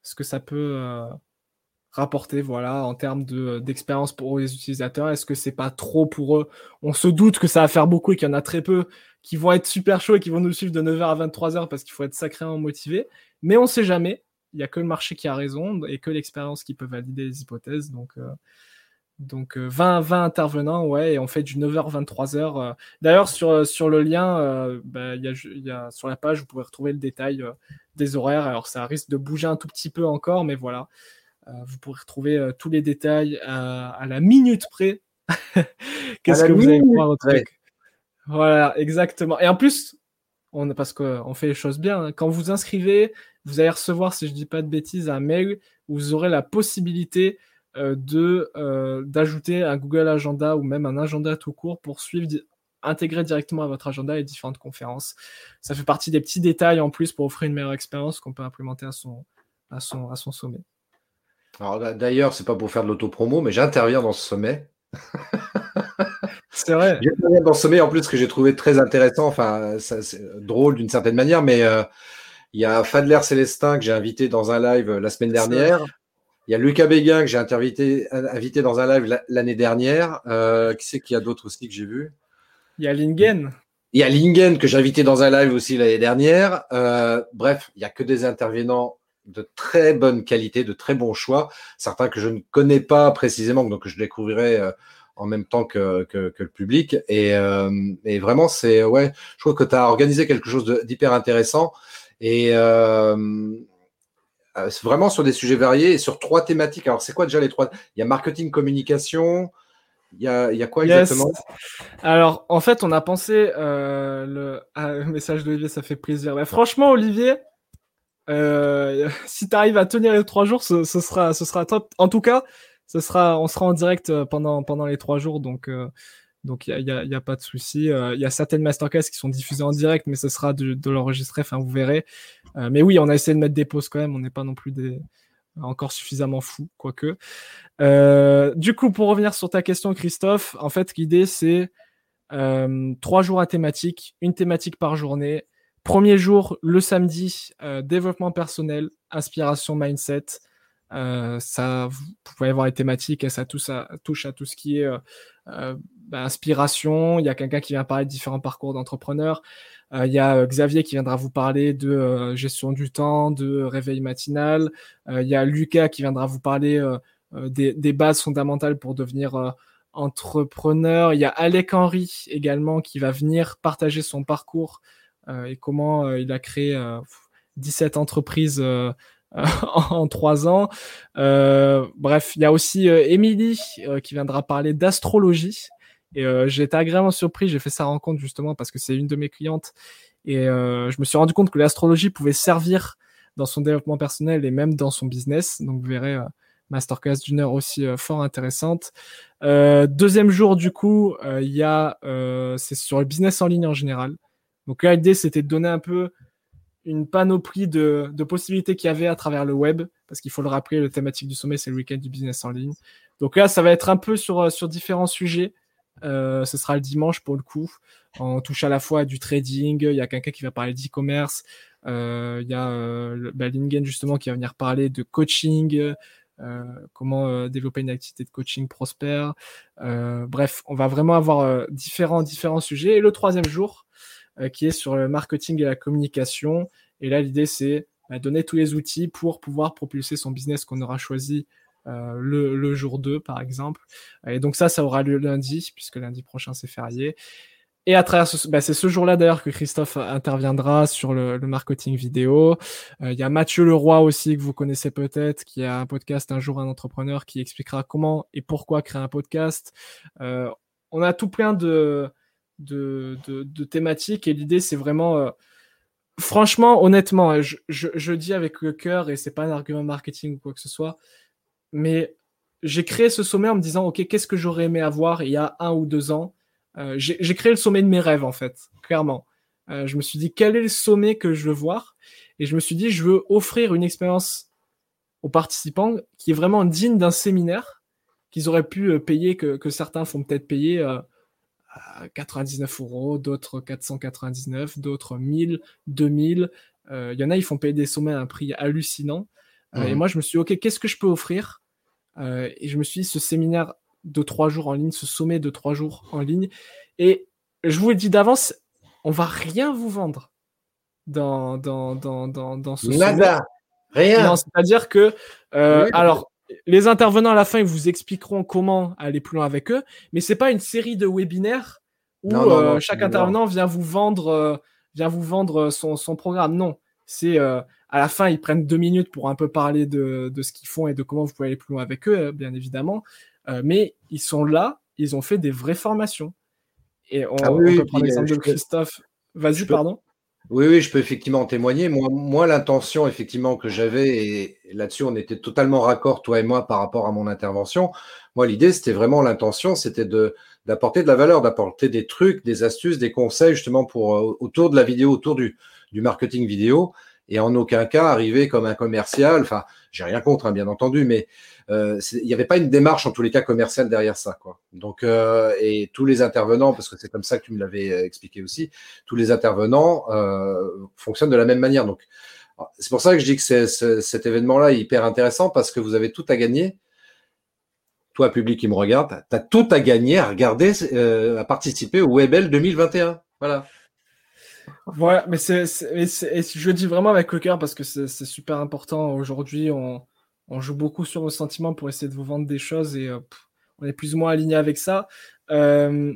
rapporter, voilà, en termes d'expérience pour les utilisateurs. Est-ce que c'est pas trop pour eux? On se doute que ça va faire beaucoup et qu'il y en a très peu qui vont être super chauds et qui vont nous suivre de 9h à 23h parce qu'il faut être sacrément motivé. Mais on sait jamais. Il n'y a que le marché qui a raison et que l'expérience qui peut valider les hypothèses. Donc 20 intervenants, ouais, et on fait du 9h 23h. D'ailleurs, sur le lien, il y a sur la page, vous pouvez retrouver le détail des horaires. Alors, ça risque de bouger un tout petit peu encore, mais voilà. Vous pourrez retrouver tous les détails à la minute près. Qu'est-ce que vous allez voir au truc? Voilà, exactement. Et en plus, parce qu'on fait les choses bien, hein, quand vous inscrivez, vous allez recevoir, si je ne dis pas de bêtises, un mail où vous aurez la possibilité d'ajouter un Google Agenda ou même un agenda tout court pour intégrer directement à votre agenda les différentes conférences. Ça fait partie des petits détails en plus pour offrir une meilleure expérience qu'on peut implémenter à son sommet. Alors d'ailleurs, c'est pas pour faire de l'autopromo, mais j'interviens dans ce sommet. C'est vrai. J'interviens dans ce sommet en plus que j'ai trouvé très intéressant, enfin c'est drôle d'une certaine manière, mais il y a Fadler Célestin que j'ai invité dans un live la semaine dernière. Il y a Lucas Béguin que j'ai invité dans un live l'année dernière. Qui c'est qu'il y a d'autres aussi que j'ai vu? Il y a Lingen. Il y a Lingen que j'ai invité dans un live aussi l'année dernière. Bref, il n'y a que des intervenants de très bonne qualité, de très bons choix. Certains que je ne connais pas précisément, donc je découvrirai en même temps que le public. Et vraiment, je trouve que tu as organisé quelque chose d'hyper intéressant. Et vraiment sur des sujets variés et sur 3 thématiques. Alors, c'est quoi déjà les 3? Il y a marketing, communication. Il y a quoi exactement? Alors, en fait, on a pensé le message d'Olivier, ça fait plaisir. Mais franchement, Olivier, si tu arrives à tenir les 3 jours, ce sera top. En tout cas, on sera en direct pendant les 3 jours, donc il y a pas de souci. Il y a certaines masterclass qui sont diffusées en direct, mais ce sera de l'enregistrer. Enfin, vous verrez. Mais oui, on a essayé de mettre des pauses quand même. On n'est pas non plus encore suffisamment fous, quoique. Du coup, pour revenir sur ta question, Christophe, en fait, l'idée c'est 3 jours à thématique, une thématique par journée. Premier jour, le samedi, développement personnel, inspiration, mindset. Vous pouvez avoir les thématiques et ça touche à tout ce qui est inspiration. Il y a quelqu'un qui vient parler de différents parcours d'entrepreneurs. Il y a Xavier qui viendra vous parler de gestion du temps, de réveil matinal. Il y a Lucas qui viendra vous parler des bases fondamentales pour devenir entrepreneur. Il y a Alec Henry également qui va venir partager son parcours et comment il a créé 17 entreprises en 3 ans. Bref, il y a aussi Émilie qui viendra parler d'astrologie. Et j'ai été agréablement surpris, j'ai fait sa rencontre justement parce que c'est une de mes clientes. Et je me suis rendu compte que l'astrologie pouvait servir dans son développement personnel et même dans son business. Donc vous verrez, masterclass d'1 heure aussi fort intéressante. Deuxième jour du coup, c'est sur le business en ligne en général. Donc là, l'idée c'était de donner un peu une panoplie de possibilités qu'il y avait à travers le web, parce qu'il faut le rappeler, le thématique du sommet, c'est le week-end du business en ligne. Donc là, ça va être un peu sur différents sujets. Ce sera le dimanche pour le coup. On touche à la fois à du trading, il y a quelqu'un qui va parler d'e-commerce, il y a Lingen justement qui va venir parler de coaching, comment développer une activité de coaching prospère. Bref, on va vraiment avoir différents sujets. Et le troisième jour, qui est sur le marketing et la communication. Et là, l'idée, c'est donner tous les outils pour pouvoir propulser son business qu'on aura choisi le jour 2, par exemple. Et donc ça aura lieu lundi, puisque lundi prochain, c'est férié. Et à travers c'est ce jour-là d'ailleurs que Christophe interviendra sur le marketing vidéo. Il y a Mathieu Leroy aussi, que vous connaissez peut-être, qui a un podcast Un jour un entrepreneur, qui expliquera comment et pourquoi créer un podcast. On a tout plein de thématiques, et l'idée, c'est vraiment... franchement, honnêtement, je dis avec le cœur, et c'est pas un argument marketing ou quoi que ce soit, mais j'ai créé ce sommet en me disant, ok, qu'est-ce que j'aurais aimé avoir il y a 1 ou 2 ans? J'ai créé le sommet de mes rêves, en fait, clairement. Je me suis dit, quel est le sommet que je veux voir? Et je me suis dit, je veux offrir une expérience aux participants qui est vraiment digne d'un séminaire qu'ils auraient pu payer, que certains font peut-être payer 99 €, d'autres 499, d'autres 1000, 2000. Il y en a, ils font payer des sommets à un prix hallucinant. Et moi, je me suis dit, ok, qu'est-ce que je peux offrir? Et je me suis dit, ce séminaire de 3 jours en ligne, ce sommet de 3 jours en ligne. Et je vous le dis d'avance, on va rien vous vendre dans ce Nada, sommet. rien. Non, c'est-à-dire que, Oui. alors, les intervenants à la fin, ils vous expliqueront comment aller plus loin avec eux, mais c'est pas une série de webinaires où Non, chaque intervenant vient vous vendre son programme. Non, c'est à la fin, ils prennent 2 minutes pour un peu parler de ce qu'ils font et de comment vous pouvez aller plus loin avec eux, bien évidemment. Mais ils sont là, ils ont fait des vraies formations. Et on peut prendre l'exemple de Christophe. Vas-y, pardon. Oui, je peux effectivement en témoigner. Moi, l'intention effectivement que j'avais, et là-dessus on était totalement raccord, toi et moi, par rapport à mon intervention. Moi, l'idée, c'était vraiment l'intention, c'était d'apporter de la valeur, d'apporter des trucs, des astuces, des conseils justement pour autour de la vidéo, autour du marketing vidéo, et en aucun cas arriver comme un commercial. Enfin, j'ai rien contre, hein, bien entendu, mais il n'y avait pas une démarche en tous les cas commerciale derrière ça, quoi. Donc, et tous les intervenants, parce que c'est comme ça que tu me l'avais expliqué aussi, tous les intervenants fonctionnent de la même manière. Donc, c'est pour ça que je dis que cet événement-là est hyper intéressant, parce que vous avez tout à gagner. Toi, public qui me regarde, tu as tout à gagner à regarder, à participer au Webel 2021. Voilà. Voilà, mais je le dis vraiment avec le cœur, parce que c'est super important. Aujourd'hui, on joue beaucoup sur vos sentiments pour essayer de vous vendre des choses, et on est plus ou moins aligné avec ça. On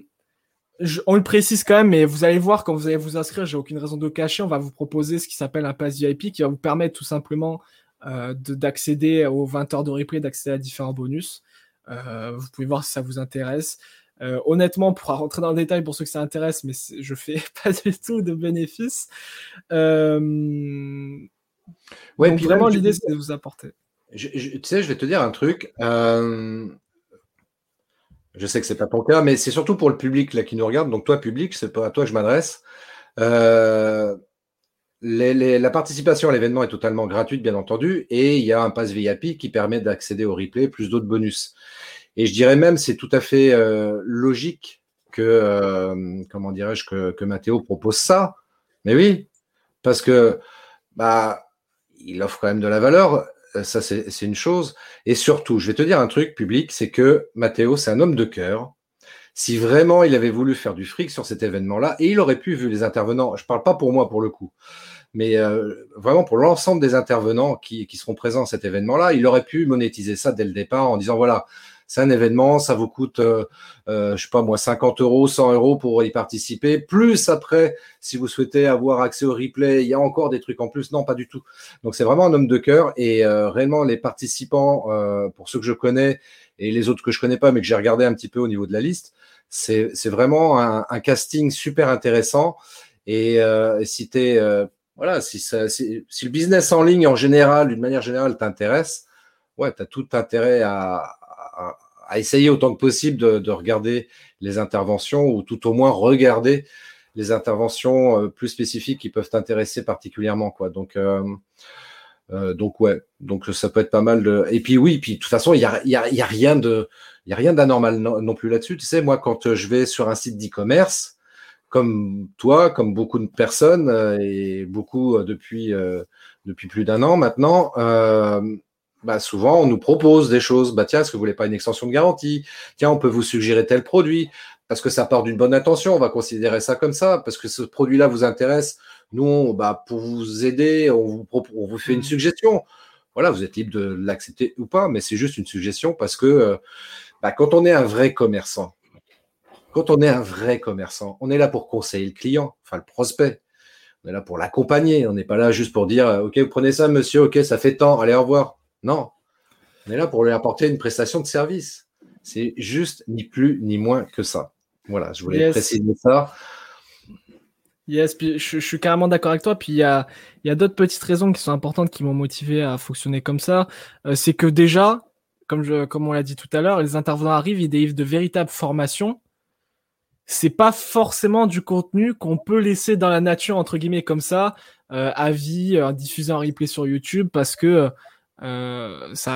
le précise quand même, mais vous allez voir, quand vous allez vous inscrire, j'ai aucune raison de le cacher, on va vous proposer ce qui s'appelle un pass VIP, qui va vous permettre tout simplement d'accéder aux 20 heures de replay, d'accéder à différents bonus. Vous pouvez voir si ça vous intéresse. Honnêtement, on pourra rentrer dans le détail pour ceux que ça intéresse, mais je fais pas du tout de bénéfices. Ouais, donc puis vraiment, même, l'idée, c'est de vous apporter. tu sais, je vais te dire un truc. Je sais que c'est pas ton cas, mais c'est surtout pour le public là qui nous regarde. Donc toi, public, c'est pas à toi que je m'adresse. La participation à l'événement est totalement gratuite, bien entendu, et il y a un pass VIP qui permet d'accéder au replay, plus d'autres bonus. Et je dirais même, c'est tout à fait logique que, comment dirais-je, que Mathéo propose ça. Mais oui, parce que il offre quand même de la valeur. Ça, c'est une chose. Et surtout, je vais te dire un truc, public, c'est que Mathéo, c'est un homme de cœur. Si vraiment il avait voulu faire du fric sur cet événement-là, et il aurait pu, vu les intervenants, je parle pas pour moi pour le coup, mais vraiment pour l'ensemble des intervenants qui seront présents à cet événement-là, il aurait pu monétiser ça dès le départ en disant, voilà, c'est un événement, ça vous coûte, je sais pas moi, 50 €, 100 € pour y participer. Plus après, si vous souhaitez avoir accès au replay, il y a encore des trucs en plus. Non, pas du tout. Donc c'est vraiment un homme de cœur, et réellement les participants, pour ceux que je connais et les autres que je connais pas, mais que j'ai regardé un petit peu au niveau de la liste, c'est vraiment un casting super intéressant. Et si t'es voilà, si le business en ligne en général, d'une manière générale, t'intéresse, ouais, t'as tout intérêt à essayer autant que possible de regarder les interventions, ou tout au moins regarder les interventions plus spécifiques qui peuvent t'intéresser particulièrement, quoi. Donc ouais, donc ça peut être pas mal de. Et puis oui, puis de toute façon, il y a rien d'anormal non plus là-dessus. Tu sais, moi, quand je vais sur un site d'e-commerce, comme toi, comme beaucoup de personnes et beaucoup depuis plus d'un an maintenant, souvent on nous propose des choses. Tiens, est-ce que vous voulez pas une extension de garantie? Tiens, on peut vous suggérer tel produit parce que ça part d'une bonne intention. On va considérer ça comme ça parce que ce produit-là vous intéresse. Nous, pour vous aider, on vous fait une suggestion. Voilà, vous êtes libre de l'accepter ou pas, mais c'est juste une suggestion parce que quand on est un vrai commerçant, on est là pour conseiller le client, enfin le prospect. On est là pour l'accompagner. On n'est pas là juste pour dire « Ok, vous prenez ça, monsieur, ok, ça fait tant, allez, au revoir ». Non, on est là pour lui apporter une prestation de service. C'est juste ni plus ni moins que ça. Voilà, je voulais préciser ça. Yes, puis je suis carrément d'accord avec toi. Puis il y a d'autres petites raisons qui sont importantes qui m'ont motivé à fonctionner comme ça. C'est que déjà, comme on l'a dit tout à l'heure, les intervenants arrivent, ils délivrent de véritables formations. C'est pas forcément du contenu qu'on peut laisser dans la nature entre guillemets comme ça, à vie, diffusé en replay sur YouTube parce que ça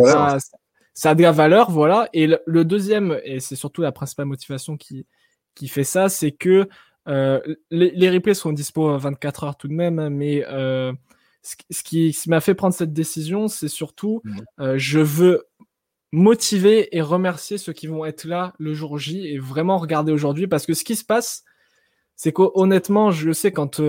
a de la valeur, voilà. Et le deuxième, et c'est surtout la principale motivation qui fait ça, c'est que les replays sont dispo 24 heures tout de même, mais ce qui m'a fait prendre cette décision, c'est surtout je veux motiver et remercier ceux qui vont être là le jour J et vraiment regarder aujourd'hui, parce que ce qui se passe, c'est qu'honnêtement, je sais quand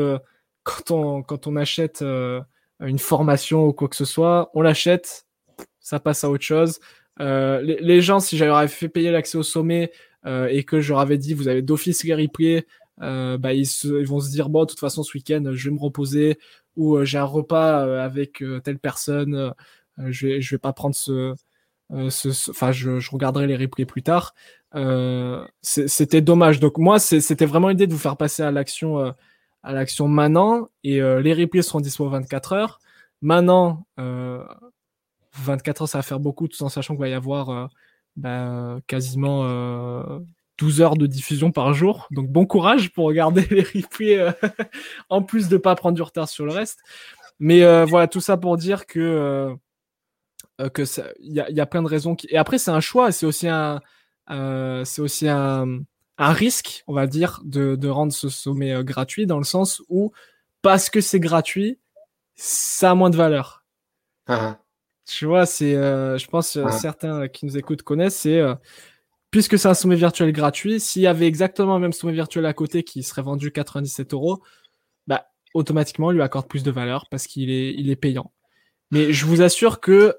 on achète une formation ou quoi que ce soit, on l'achète, ça passe à autre chose. Les gens, si j'avais fait payer l'accès au sommet et que je leur avais dit vous avez d'office les replays, ils vont se dire bon, de toute façon ce week-end je vais me reposer, ou j'ai un repas avec telle personne, je vais pas prendre je regarderai les replays plus tard. C'était dommage. Donc moi, c'était vraiment l'idée de vous faire passer à l'action maintenant. Et les replays seront dispo 24 heures. Maintenant, 24 heures, ça va faire beaucoup, tout en sachant qu'il va y avoir quasiment 12 heures de diffusion par jour. Donc bon courage pour regarder les replays, en plus de pas prendre du retard sur le reste. Mais voilà, tout ça pour dire que il y a plein de raisons et après c'est un choix, c'est aussi un risque, on va dire, de rendre ce sommet gratuit, dans le sens où parce que c'est gratuit, ça a moins de valeur. Tu vois, c'est je pense certains qui nous écoutent connaissent, c'est puisque c'est un sommet virtuel gratuit, s'il y avait exactement le même sommet virtuel à côté qui serait vendu 97 €, automatiquement on lui accorde plus de valeur parce qu'il est payant. Mais je vous assure que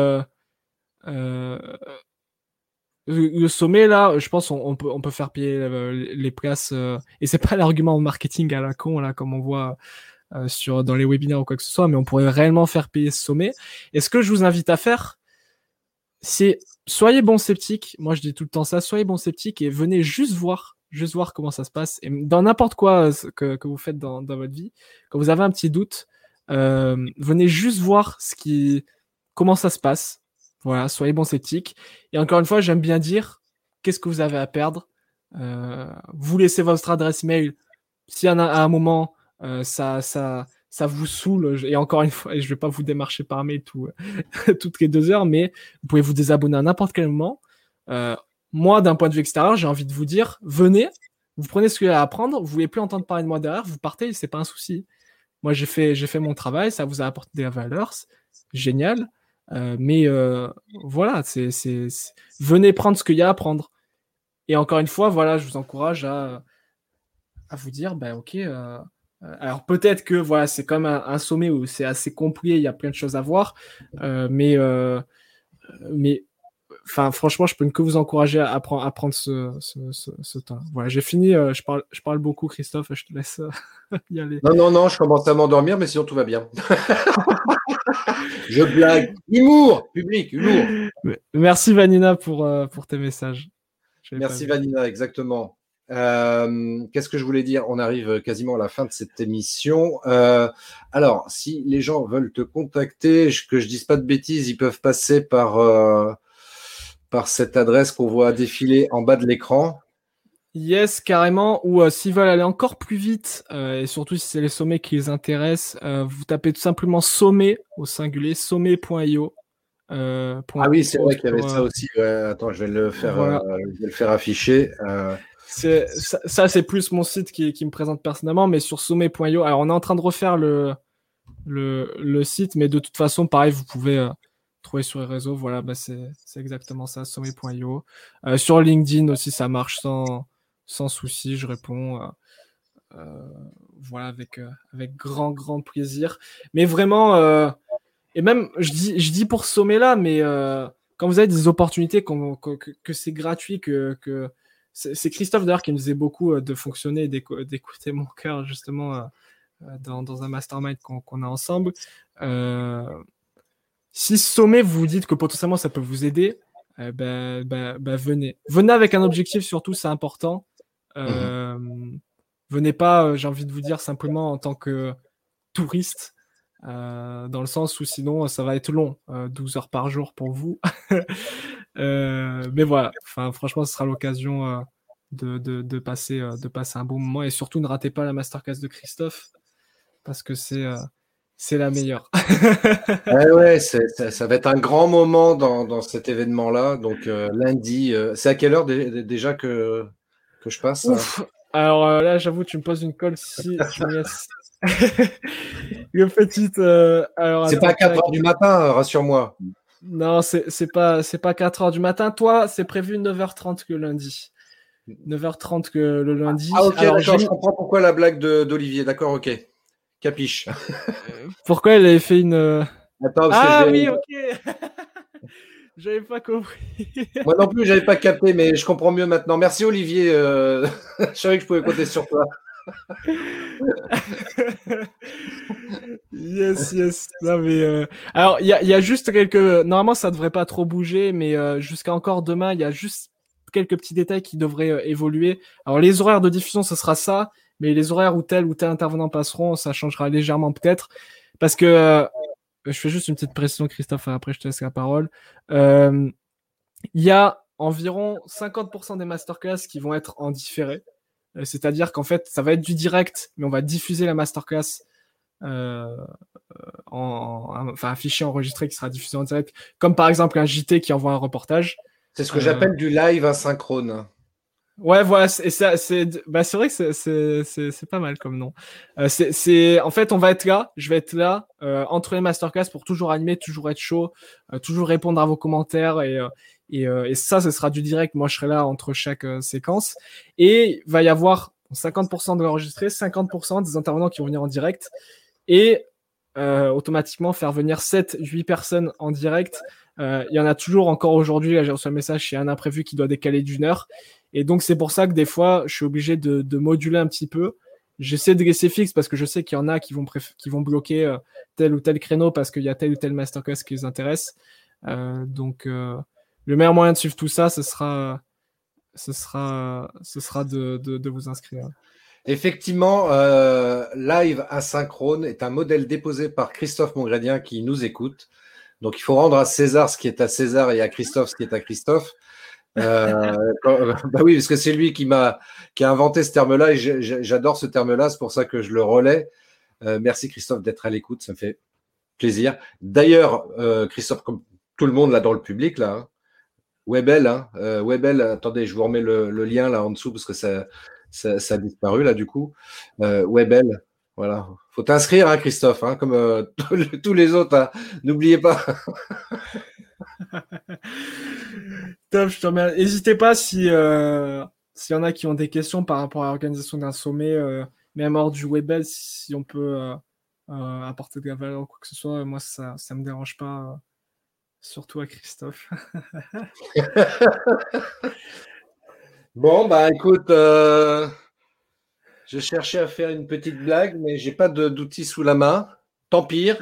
le sommet, là, je pense on peut faire payer les places, et c'est pas l'argument marketing à la con, là, comme on voit dans les webinaires ou quoi que ce soit, mais on pourrait réellement faire payer ce sommet. Et ce que je vous invite à faire, c'est soyez bon sceptique. Moi, je dis tout le temps ça, soyez bon sceptique et venez juste voir comment ça se passe. Et dans n'importe quoi que vous faites dans votre vie, quand vous avez un petit doute, venez juste voir comment ça se passe. Voilà, soyez bon sceptique. Et encore une fois, j'aime bien dire, qu'est-ce que vous avez à perdre? Vous laissez votre adresse mail. S'il y en a à un moment, ça vous saoule, et encore une fois, je vais pas vous démarcher par mail toutes les 2 heures, mais vous pouvez vous désabonner à n'importe quel moment. Moi, d'un point de vue extérieur, j'ai envie de vous dire, venez, vous prenez ce qu'il y a à apprendre, vous voulez plus entendre parler de moi derrière, vous partez, c'est pas un souci. Moi, j'ai fait mon travail, ça vous a apporté de la valeur, c'est génial. Mais voilà, venez prendre ce qu'il y a à prendre. Et encore une fois, voilà, je vous encourage à vous dire, ok. Alors peut-être que voilà, c'est comme un sommet où c'est assez complet, il y a plein de choses à voir, mais enfin, franchement, je peux que vous encourager à prendre ce temps. Voilà, j'ai fini. Je parle beaucoup, Christophe. Je te laisse y aller. Non, je commence à m'endormir, mais sinon tout va bien. Je blague. Humour, public, humour. Merci Vanina pour tes messages. Merci Vanina, exactement. Qu'est-ce que je voulais dire? On arrive quasiment à la fin de cette émission. Alors, si les gens veulent te contacter, que je dise pas de bêtises, ils peuvent passer par cette adresse qu'on voit défiler en bas de l'écran. Yes, carrément. Ou s'ils veulent aller encore plus vite, et surtout si c'est les sommets qui les intéressent, vous tapez tout simplement sommet au singulier, sommet.io. Ah oui, c'est vrai qu'il y avait ça aussi. Ouais, attends, je vais le faire afficher. Ça, c'est plus mon site qui me présente personnellement, mais sur sommet.io. Alors, on est en train de refaire le site, mais de toute façon, pareil, vous pouvez trouver sur les réseaux. Voilà, c'est exactement ça, sommet.io. Sur LinkedIn aussi, ça marche sans souci, je réponds. Voilà, avec grand plaisir. Mais vraiment, et même, je dis pour sommet là, mais quand vous avez des opportunités, que c'est gratuit, que c'est Christophe d'ailleurs qui nous disait beaucoup de fonctionner et d'écouter mon cœur justement dans un mastermind qu'on a ensemble. Si sommet vous dites que potentiellement ça peut vous aider, venez. Venez avec un objectif surtout, c'est important. Venez pas, j'ai envie de vous dire simplement en tant que touriste. Dans le sens où sinon ça va être long, 12 heures par jour pour vous. Mais voilà, franchement, ce sera l'occasion de passer un bon moment et surtout ne ratez pas la masterclass de Christophe parce que c'est la meilleure. Ouais, ça va être un grand moment dans cet événement-là. Donc lundi, c'est à quelle heure déjà que je passe? Ouf. Alors là, j'avoue, tu me poses une colle si tu me laisses. Une petite. C'est pas à 4h du matin, rassure-moi. Non, c'est pas 4h du matin. Toi, c'est prévu 9h30 que lundi. 9h30 que le lundi. Ah ok, alors, d'accord, je comprends pourquoi la blague d'Olivier. D'accord, ok. Capiche. Pourquoi elle avait fait une... Attends, oui, ok. J'avais pas compris. Moi non plus, j'avais pas capté, mais je comprends mieux maintenant. Merci Olivier. Je savais que je pouvais compter sur toi. Yes. Non, mais, alors, il y a juste quelques... Normalement, ça devrait pas trop bouger, mais jusqu'à encore demain, il y a juste quelques petits détails qui devraient évoluer. Alors, les horaires de diffusion, ce sera ça, mais les horaires où tel ou tel intervenant passeront, ça changera légèrement peut-être. Parce que... je fais juste une petite précision, Christophe, après je te laisse la parole. Il y a environ 50% des masterclass qui vont être en différé. C'est-à-dire qu'en fait, ça va être du direct, mais on va diffuser la masterclass un fichier enregistré qui sera diffusé en direct, comme par exemple un JT qui envoie un reportage. C'est ce que j'appelle du live asynchrone. Ouais, voilà, c'est vrai que c'est pas mal comme nom. En fait, on va être là, je vais être là entre les masterclass pour toujours animer, toujours être chaud, toujours répondre à vos commentaires et ça, ce sera du direct. Moi, je serai là entre chaque séquence et il va y avoir 50% de l'enregistré, 50% des intervenants qui vont venir en direct et automatiquement faire venir 7-8 personnes en direct. Il y en a toujours encore aujourd'hui, là j'ai reçu un message, il y a un imprévu qui doit décaler d'une heure. Et donc, c'est pour ça que des fois, je suis obligé de moduler un petit peu. J'essaie de laisser fixe parce que je sais qu'il y en a qui vont bloquer tel ou tel créneau parce qu'il y a tel ou tel masterclass qui les intéresse. Donc, le meilleur moyen de suivre tout ça, ce sera de vous inscrire. Effectivement, live asynchrone est un modèle déposé par Christophe Mongredien qui nous écoute. Donc, il faut rendre à César ce qui est à César et à Christophe ce qui est à Christophe. Bah oui, parce que c'est lui qui a inventé ce terme-là et j'adore ce terme-là, c'est pour ça que je le relais. Merci Christophe d'être à l'écoute, ça me fait plaisir. D'ailleurs, Christophe, comme tout le monde là dans le public, là, hein, Webel, attendez, je vous remets le lien là en dessous parce que ça a disparu là du coup. Webel, voilà. Faut t'inscrire, hein, Christophe, hein, comme tous les autres, hein. N'oubliez pas. Top, je te remercie. N'hésitez pas s'il y en a qui ont des questions par rapport à l'organisation d'un sommet, même hors du Webel, si on peut apporter de la valeur ou quoi que ce soit, moi ça me dérange pas, surtout à Christophe. Bon, bah écoute, je cherchais à faire une petite blague, mais j'ai pas d'outils sous la main. Tant pis.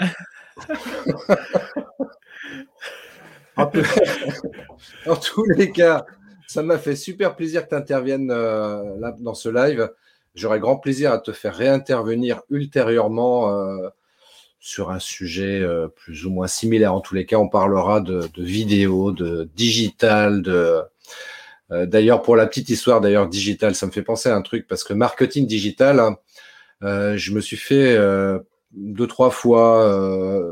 En tous les cas, ça m'a fait super plaisir que tu interviennes là, dans ce live. J'aurai grand plaisir à te faire réintervenir ultérieurement sur un sujet plus ou moins similaire. En tous les cas, on parlera de vidéo, de digital, D'ailleurs, pour la petite histoire, digital, ça me fait penser à un truc parce que marketing digital, je me suis fait 2-3 fois,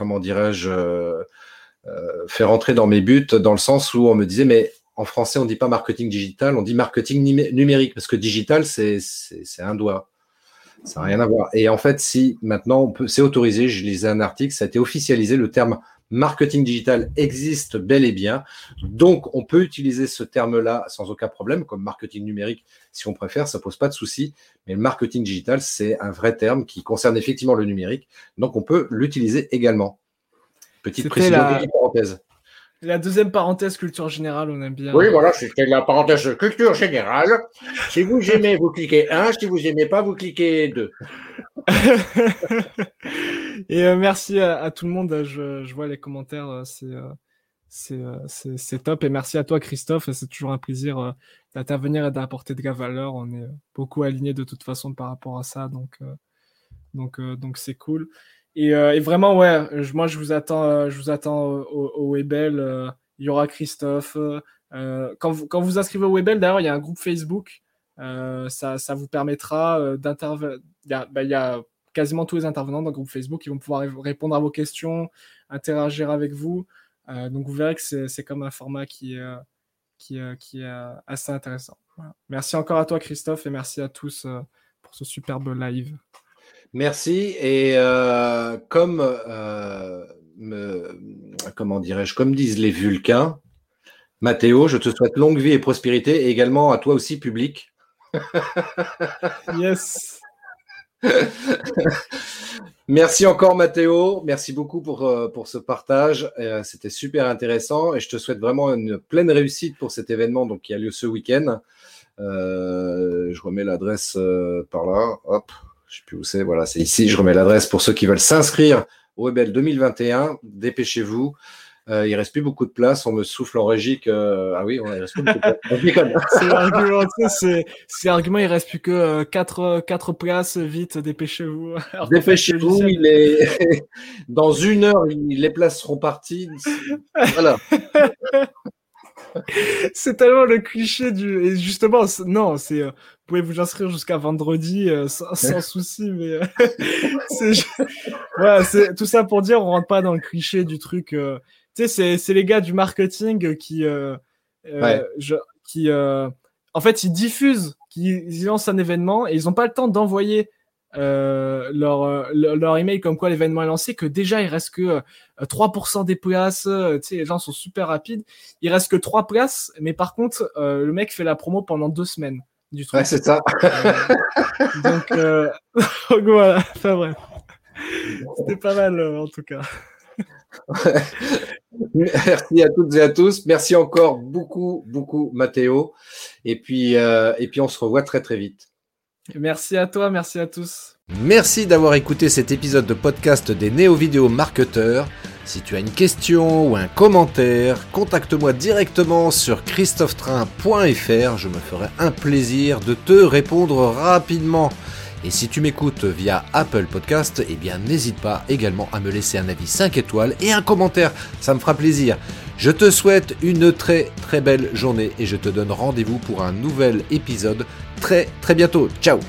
faire entrer dans mes buts, dans le sens où on me disait, mais en français, on dit pas marketing digital, on dit marketing numérique, parce que digital, c'est un doigt. Ça n'a rien à voir. Et en fait, si maintenant, c'est autorisé, je lisais un article, ça a été officialisé, le terme marketing digital existe bel et bien. Donc, on peut utiliser ce terme-là sans aucun problème, comme marketing numérique, si on préfère, ça pose pas de souci. Mais le marketing digital, c'est un vrai terme qui concerne effectivement le numérique. Donc, on peut l'utiliser également. Petite précision, petite parenthèse. La deuxième parenthèse culture générale, on aime bien. Oui, voilà, c'était la parenthèse culture générale. Si vous aimez, vous cliquez 1. Si vous aimez pas, vous cliquez 2. Et merci à tout le monde. Je vois les commentaires, c'est top. Et merci à toi, Christophe. C'est toujours un plaisir d'intervenir et d'apporter de la valeur. On est beaucoup alignés de toute façon par rapport à ça, donc c'est cool. Et vraiment, ouais, moi je vous attends au Webel. Il y aura Christophe. Quand vous inscrivez au Webel, d'ailleurs, il y a un groupe Facebook. Ça vous permettra d'intervenir. Il y a quasiment tous les intervenants dans le groupe Facebook qui vont pouvoir répondre à vos questions, interagir avec vous. Donc vous verrez que c'est comme un format qui est assez intéressant. Voilà. Merci encore à toi, Christophe, et merci à tous pour ce superbe live. Merci. Et comme disent les Vulcains, Mathéo, je te souhaite longue vie et prospérité, et également à toi aussi, public. Yes. Merci encore, Mathéo. Merci beaucoup pour ce partage. C'était super intéressant et je te souhaite vraiment une pleine réussite pour cet événement qui a lieu ce week-end. Je remets l'adresse par là. Hop. Je ne sais plus où c'est. Voilà, c'est ici. Je remets l'adresse pour ceux qui veulent s'inscrire au Webel 2021. Dépêchez-vous. Il ne reste plus beaucoup de place. On me souffle en régie que... Ah oui, il ne reste plus beaucoup de place. C'est l'argument. C'est l'argument. Il ne reste plus que 4 places. Vite, dépêchez-vous. Alors, dépêchez-vous. Dans 1 heure, les places seront parties. Voilà. C'est tellement le cliché du. Et justement, non, c'est. Vous pouvez vous inscrire jusqu'à vendredi sans souci, mais voilà, c'est tout ça pour dire, on rentre pas dans le cliché du truc. Tu sais, c'est les gars du marketing qui, en fait, ils diffusent, ils lancent un événement et ils ont pas le temps d'envoyer leur email comme quoi l'événement est lancé, que déjà il reste que 3% des places, tu sais, les gens sont super rapides, il reste que 3 places, mais par contre le mec fait la promo pendant 2 semaines du truc. Ouais, c'est ça. Donc voilà, enfin bref, c'était pas mal en tout cas. Merci à toutes et à tous, merci encore beaucoup Mathéo, et puis on se revoit très très vite. Merci à toi, merci à tous. Merci d'avoir écouté cet épisode de podcast des Néo-Vidéo Marketeurs. Si tu as une question ou un commentaire, contacte-moi directement sur christophetrain.fr. Je me ferai un plaisir de te répondre rapidement. Et si tu m'écoutes via Apple Podcast, eh bien n'hésite pas également à me laisser un avis 5 étoiles et un commentaire, ça me fera plaisir. Je te souhaite une très très belle journée et je te donne rendez-vous pour un nouvel épisode très très bientôt. Ciao.